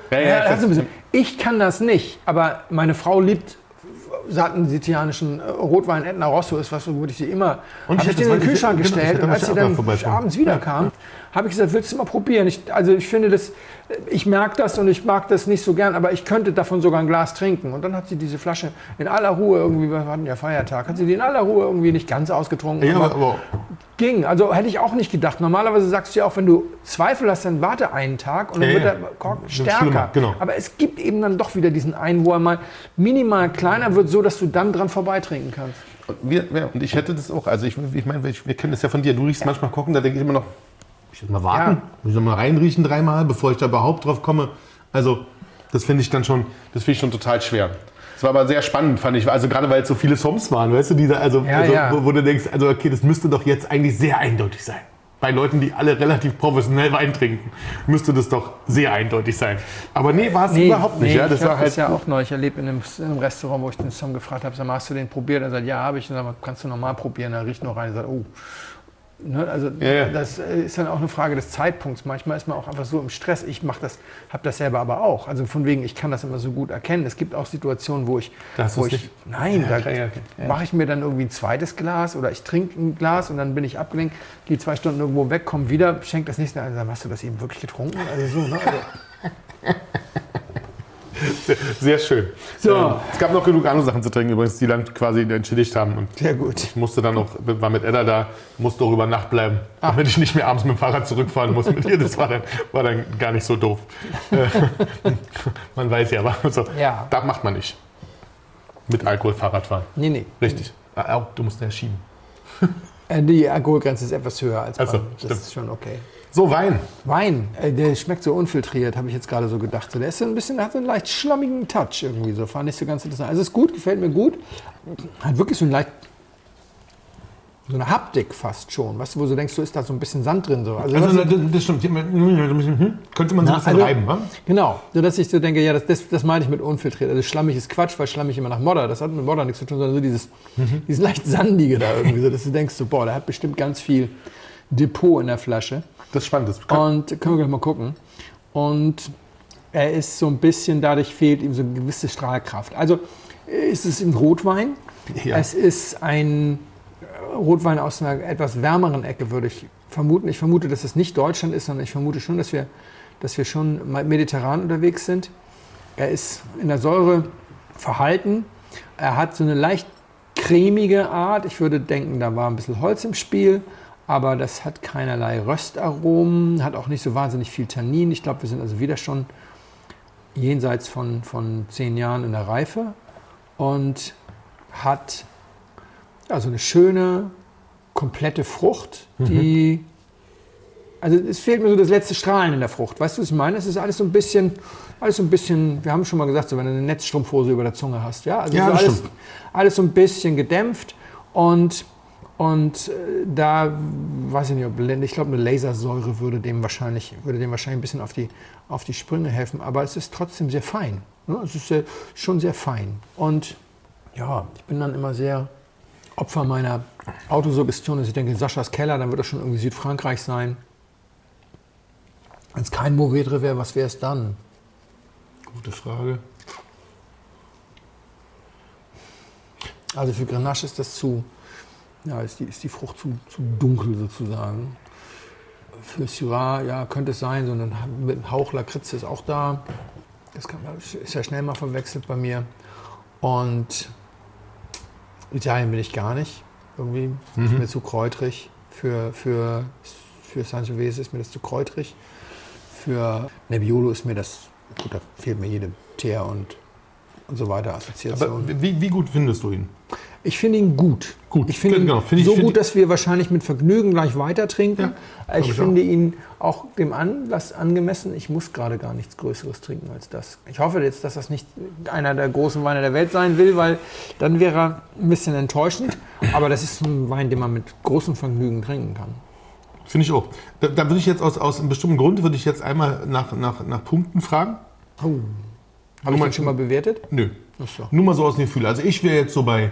ich kann das nicht, aber meine Frau liebt satten sizilianischen Rotwein Etna Rosso ist was, wo ich sie immer... Und ich habe den in den Kühlschrank gestellt und als sie dann abends wiederkam, habe ich gesagt, willst du mal probieren? Ich finde das, ich merke das und ich mag das nicht so gern, aber ich könnte davon sogar ein Glas trinken. Und dann hat sie diese Flasche in aller Ruhe irgendwie, wir hatten ja Feiertag, hat sie die in aller Ruhe irgendwie nicht ganz ausgetrunken. Ja, aber ging. Also hätte ich auch nicht gedacht. Normalerweise sagst du ja auch, wenn du Zweifel hast, dann warte einen Tag und dann wird der Kork stärker. Genau. Aber es gibt eben dann doch wieder diesen einen, wo er mal minimal kleiner wird, so dass du dann dran vorbeitrinken kannst. Und ich hätte das auch, also ich meine, wir kennen das ja von dir, du riechst manchmal Korken, da denke ich immer noch, ich muss mal warten, muss ich noch mal reinriechen 3-mal, bevor ich da überhaupt drauf komme. Also das finde ich dann schon, total schwer. Das war aber sehr spannend, fand ich, also gerade weil es so viele Soms waren, weißt du, wo du denkst, also okay, das müsste doch jetzt eigentlich sehr eindeutig sein. Bei Leuten, die alle relativ professionell Wein trinken, müsste das doch sehr eindeutig sein. Aber nee, war es überhaupt nicht. Ja, das ich habe das ja auch neulich erlebt in einem Restaurant, wo ich den Som gefragt habe, sag mal, hast du den probiert? Er sagt, ja, habe ich. Und sag, kannst du normal probieren? Er riecht noch rein und sagt, oh. Ne, also das ist dann auch eine Frage des Zeitpunkts. Manchmal ist man auch einfach so im Stress. Ich habe das selber aber auch. Also von wegen, ich kann das immer so gut erkennen. Es gibt auch Situationen, wo ich mache ich mir dann irgendwie ein zweites Glas oder ich trinke ein Glas und dann bin ich abgelenkt, gehe 2 Stunden irgendwo weg, komme wieder, schenke das nächste ein. Hast du das eben wirklich getrunken? Also so, ne? Sehr schön. So. Es gab noch genug andere Sachen zu trinken, übrigens, die dann quasi entschädigt haben. Und sehr gut. Ich musste dann auch, war mit Edda da, musste auch über Nacht bleiben, damit ich nicht mehr abends mit dem Fahrrad zurückfahren muss mit ihr. Das war dann gar nicht so doof. Man weiß ja, aber so, das macht man nicht. Mit Alkohol Fahrrad fahren. Nee. Richtig. Du musst ja schieben. Die Alkoholgrenze ist etwas höher als also, das ist schon okay. So, Wein. Der schmeckt so unfiltriert, habe ich jetzt gerade so gedacht. So, der ist so ein bisschen, hat so einen leicht schlammigen Touch irgendwie so. Fand ich so ganz interessant. Also ist gut, gefällt mir gut. Hat wirklich so einen leicht eine Haptik fast schon. Weißt du, wo du denkst, ist da so ein bisschen Sand drin. So. Also das stimmt. Könnte man so ein bisschen reiben, wa? Genau, sodass ich so denke, ja, das meine ich mit unfiltriert. Also schlammig ist Quatsch, weil schlammig immer nach Modder. Das hat mit Modder nichts zu tun, sondern so dieses leicht sandige da irgendwie. So, dass du denkst, so, boah, der hat bestimmt ganz viel Depot in der Flasche. Das ist spannend. Und können wir gleich mal gucken. Und er ist so ein bisschen, dadurch fehlt ihm so eine gewisse Strahlkraft. Also ist es ein Rotwein. Ja. Es ist ein Rotwein aus einer etwas wärmeren Ecke, würde ich vermuten. Ich vermute, dass es nicht Deutschland ist, sondern ich vermute schon, dass wir schon mediterran unterwegs sind. Er ist in der Säure verhalten. Er hat so eine leicht cremige Art. Ich würde denken, da war ein bisschen Holz im Spiel. Aber das hat keinerlei Röstaromen, hat auch nicht so wahnsinnig viel Tannin. Ich glaube, wir sind also wieder schon jenseits von 10 Jahren in der Reife und hat also eine schöne, komplette Frucht, die, also es fehlt mir so das letzte Strahlen in der Frucht. Weißt du, was ich meine? Es ist alles so ein bisschen, wir haben schon mal gesagt, so wenn du eine Netzstrumpfhose über der Zunge hast. Ja, also ja, so alles so ein bisschen gedämpft und da weiß ich nicht, ich glaube, eine Lasersäure würde dem wahrscheinlich ein bisschen auf die Sprünge helfen. Aber es ist trotzdem sehr fein. Ne? Es ist schon sehr fein. Und ja, ich bin dann immer sehr Opfer meiner Autosuggestion. Also ich denke, Saschas Keller, dann wird das schon irgendwie Südfrankreich sein. Wenn es kein Mourvèdre wäre, was wäre es dann? Gute Frage. Also für Grenache ist das ist die Frucht zu dunkel sozusagen. Für Syrah, ja, könnte es sein, so mit einem Hauch Lakritze ist auch da. Das ist ja schnell mal verwechselt bei mir. Und Italien bin ich gar nicht. Irgendwie ist mir zu kräutrig. Für Sangiovese ist mir das zu kräutrig. Für Nebbiolo ist mir das, gut, da fehlt mir jede Teer und so weiter Assoziation. Aber wie gut findest du ihn? Ich finde ihn gut. Ich finde ihn so gut, dass wir wahrscheinlich mit Vergnügen gleich weiter trinken. Ja, ich finde ihn auch dem Anlass angemessen. Ich muss gerade gar nichts Größeres trinken als das. Ich hoffe jetzt, dass das nicht einer der großen Weine der Welt sein will, weil dann wäre er ein bisschen enttäuschend. Aber das ist ein Wein, den man mit großem Vergnügen trinken kann. Finde ich auch. Da würde ich jetzt aus einem bestimmten Grund einmal nach Punkten fragen. Oh. Habe ich den schon mal bewertet? Nö. So. Nur mal so aus dem Gefühl. Also ich wäre jetzt so bei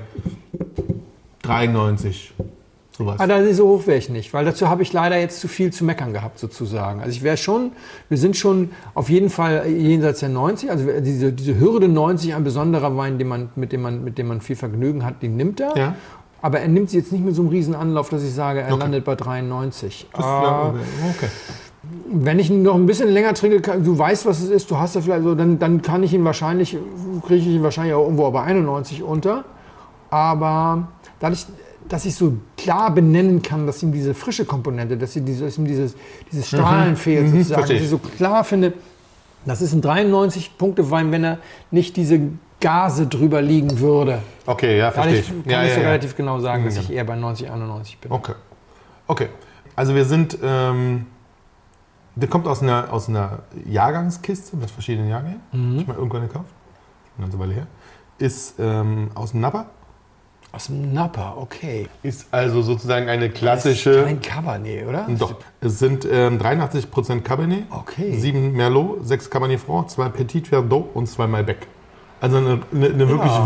93, sowas. So hoch wäre ich nicht, weil dazu habe ich leider jetzt zu viel zu meckern gehabt sozusagen. Also wir sind schon auf jeden Fall jenseits der 90, also diese Hürde 90, ein besonderer Wein, mit dem man viel Vergnügen hat, den nimmt er. Ja. Aber er nimmt sie jetzt nicht mit so einem riesen Anlauf, dass ich sage, er landet bei 93. Okay. Wenn ich ihn noch ein bisschen länger trinke, du weißt, was es ist, du hast ja vielleicht so, dann kriege ich ihn wahrscheinlich auch irgendwo bei 91 unter. Aber dadurch, dass ich so klar benennen kann, dass ihm diese frische Komponente, dass ihm dieses Strahlen fehlt, sozusagen, dass ich so klar finde, das ist ein 93-Punkte-Wein, wenn er nicht diese Gase drüber liegen würde. Okay, ja, verstehe. Kann ich so relativ genau sagen, dass ich eher bei 90, 91 bin. Okay. Also wir sind... Der kommt aus einer Jahrgangskiste mit verschiedenen Jahrgängen. Ich mal irgendwann gekauft. Eine ganze Weile her. Ist aus dem Napa. Aus dem Napa, okay. Ist also sozusagen eine klassische... Das ist kein Cabernet, oder? Doch. Es sind 83% Cabernet, 7 Merlot, 6 Cabernet Franc, 2 Petit Verdot und 2 Malbec. Also eine wirklich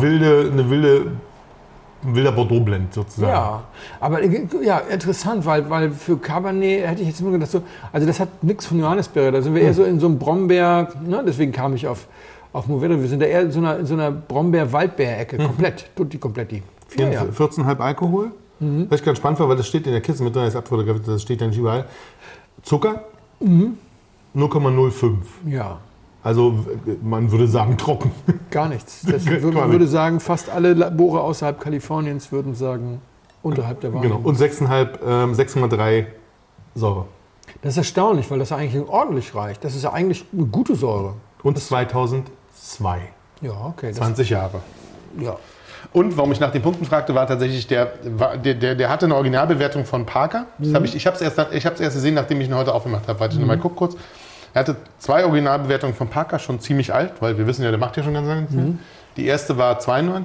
wilder Bordeaux-Blend sozusagen. Ja, aber interessant, weil für Cabernet hätte ich jetzt nur gedacht, also das hat nichts von Johannisbeere, da sind wir eher so in so einem Brombeer, ne, deswegen kam ich auf Mourvèdre, wir sind da eher in so einer Brombeer-Waldbeer-Ecke, komplett. 14,5 Alkohol, was ich ganz spannend war, weil das steht in der Kiste mit drin, ist abfotografiert, das steht dann nicht überall. Zucker, 0,05. Ja. Also man würde sagen trocken. Gar nichts. Man würde sagen, fast alle Labore außerhalb Kaliforniens würden sagen, unterhalb der Wahrheit. Genau, und 6,3 Säure. Das ist erstaunlich, weil das ja eigentlich ordentlich reicht. Das ist ja eigentlich eine gute Säure. Und 2002. Ja, okay. 20 Jahre. Ja. Und warum ich nach den Punkten fragte, war tatsächlich, der hatte eine Originalbewertung von Parker. Ich habe es erst gesehen, nachdem ich ihn heute aufgemacht habe. Warte, mal guck kurz. Er hatte 2 Originalbewertungen von Parker, schon ziemlich alt, weil wir wissen ja, der macht ja schon ganz lange. Die erste war 92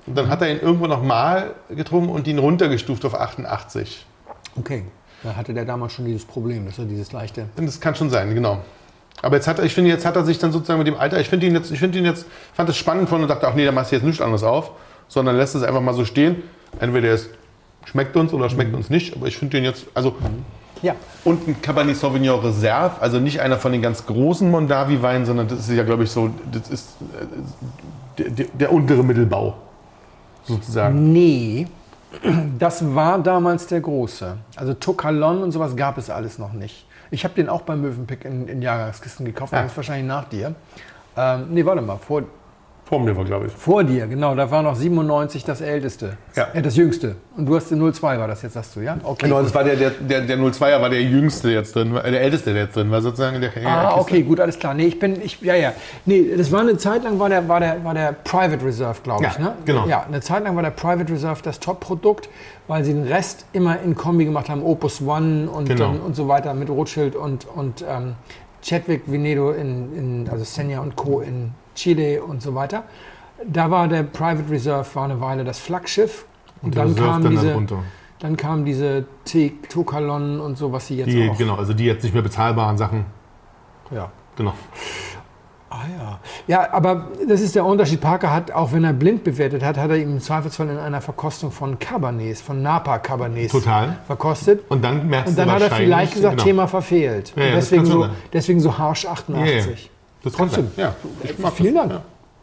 Und dann hat er ihn irgendwo nochmal getrunken und ihn runtergestuft auf 88. Okay, da hatte der damals schon dieses Problem, dass er dieses leichte... Das kann schon sein, genau. Aber jetzt hat er sich dann sozusagen mit dem Alter, ich fand es spannend von und dachte, ach nee, da machst du jetzt nichts anderes auf, sondern lässt es einfach mal so stehen. Entweder es schmeckt uns oder schmeckt uns nicht, aber ich finde den jetzt, also... Ja. Und ein Cabernet Sauvignon Reserve, also nicht einer von den ganz großen Mondavi-Weinen, sondern das ist ja, glaube ich, so, das ist der untere Mittelbau, sozusagen. Nee, das war damals der große. Also Tokalon und sowas gab es alles noch nicht. Ich habe den auch beim Mövenpick in Jahrgangskisten gekauft, das ist wahrscheinlich nach dir. Nee, warte mal, Vor mir war, glaube ich. Vor dir, genau. Da war noch 97 das Älteste. Ja. Das Jüngste. Und du hast den 02 war das jetzt, sagst du, ja? Okay. Genau, das war der 02er war der Jüngste jetzt drin, der Älteste, der jetzt drin war, sozusagen in der Kiste. Okay, gut, alles klar. Nee, Nee, das war eine Zeit lang, war der Private Reserve, glaube ich, ne? Genau. Ja, eine Zeit lang war der Private Reserve das Top-Produkt, weil sie den Rest immer in Kombi gemacht haben. Opus One und so weiter mit Rothschild und Chadwick Venedo also Senya und Co. in Chile und so weiter. Da war der Private Reserve war eine Weile das Flaggschiff. Und dann kam diese Tokalon und so, was sie jetzt auch... Genau, also die jetzt nicht mehr bezahlbaren Sachen. Ja. Genau. Ah ja. Ja, aber das ist der Unterschied. Parker hat, auch wenn er blind bewertet hat, hat er ihm im Zweifelsfall in einer Verkostung von Cabernets, von Napa Cabernets verkostet. Und dann merkst und dann hat er vielleicht gesagt, Thema verfehlt. Ja, ja, deswegen so harsch 88. Ja. Das trotzdem. Ja, vielen Dank. Ja.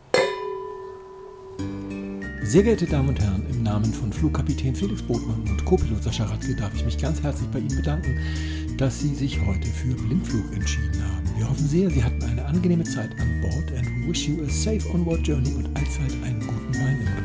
Sehr geehrte Damen und Herren, im Namen von Flugkapitän Felix Botmann und Co-Pilot Sascha Radke darf ich mich ganz herzlich bei Ihnen bedanken, dass Sie sich heute für Blindflug entschieden haben. Wir hoffen sehr, Sie hatten eine angenehme Zeit an Bord and we wish you a safe onward journey und allzeit einen guten Wein im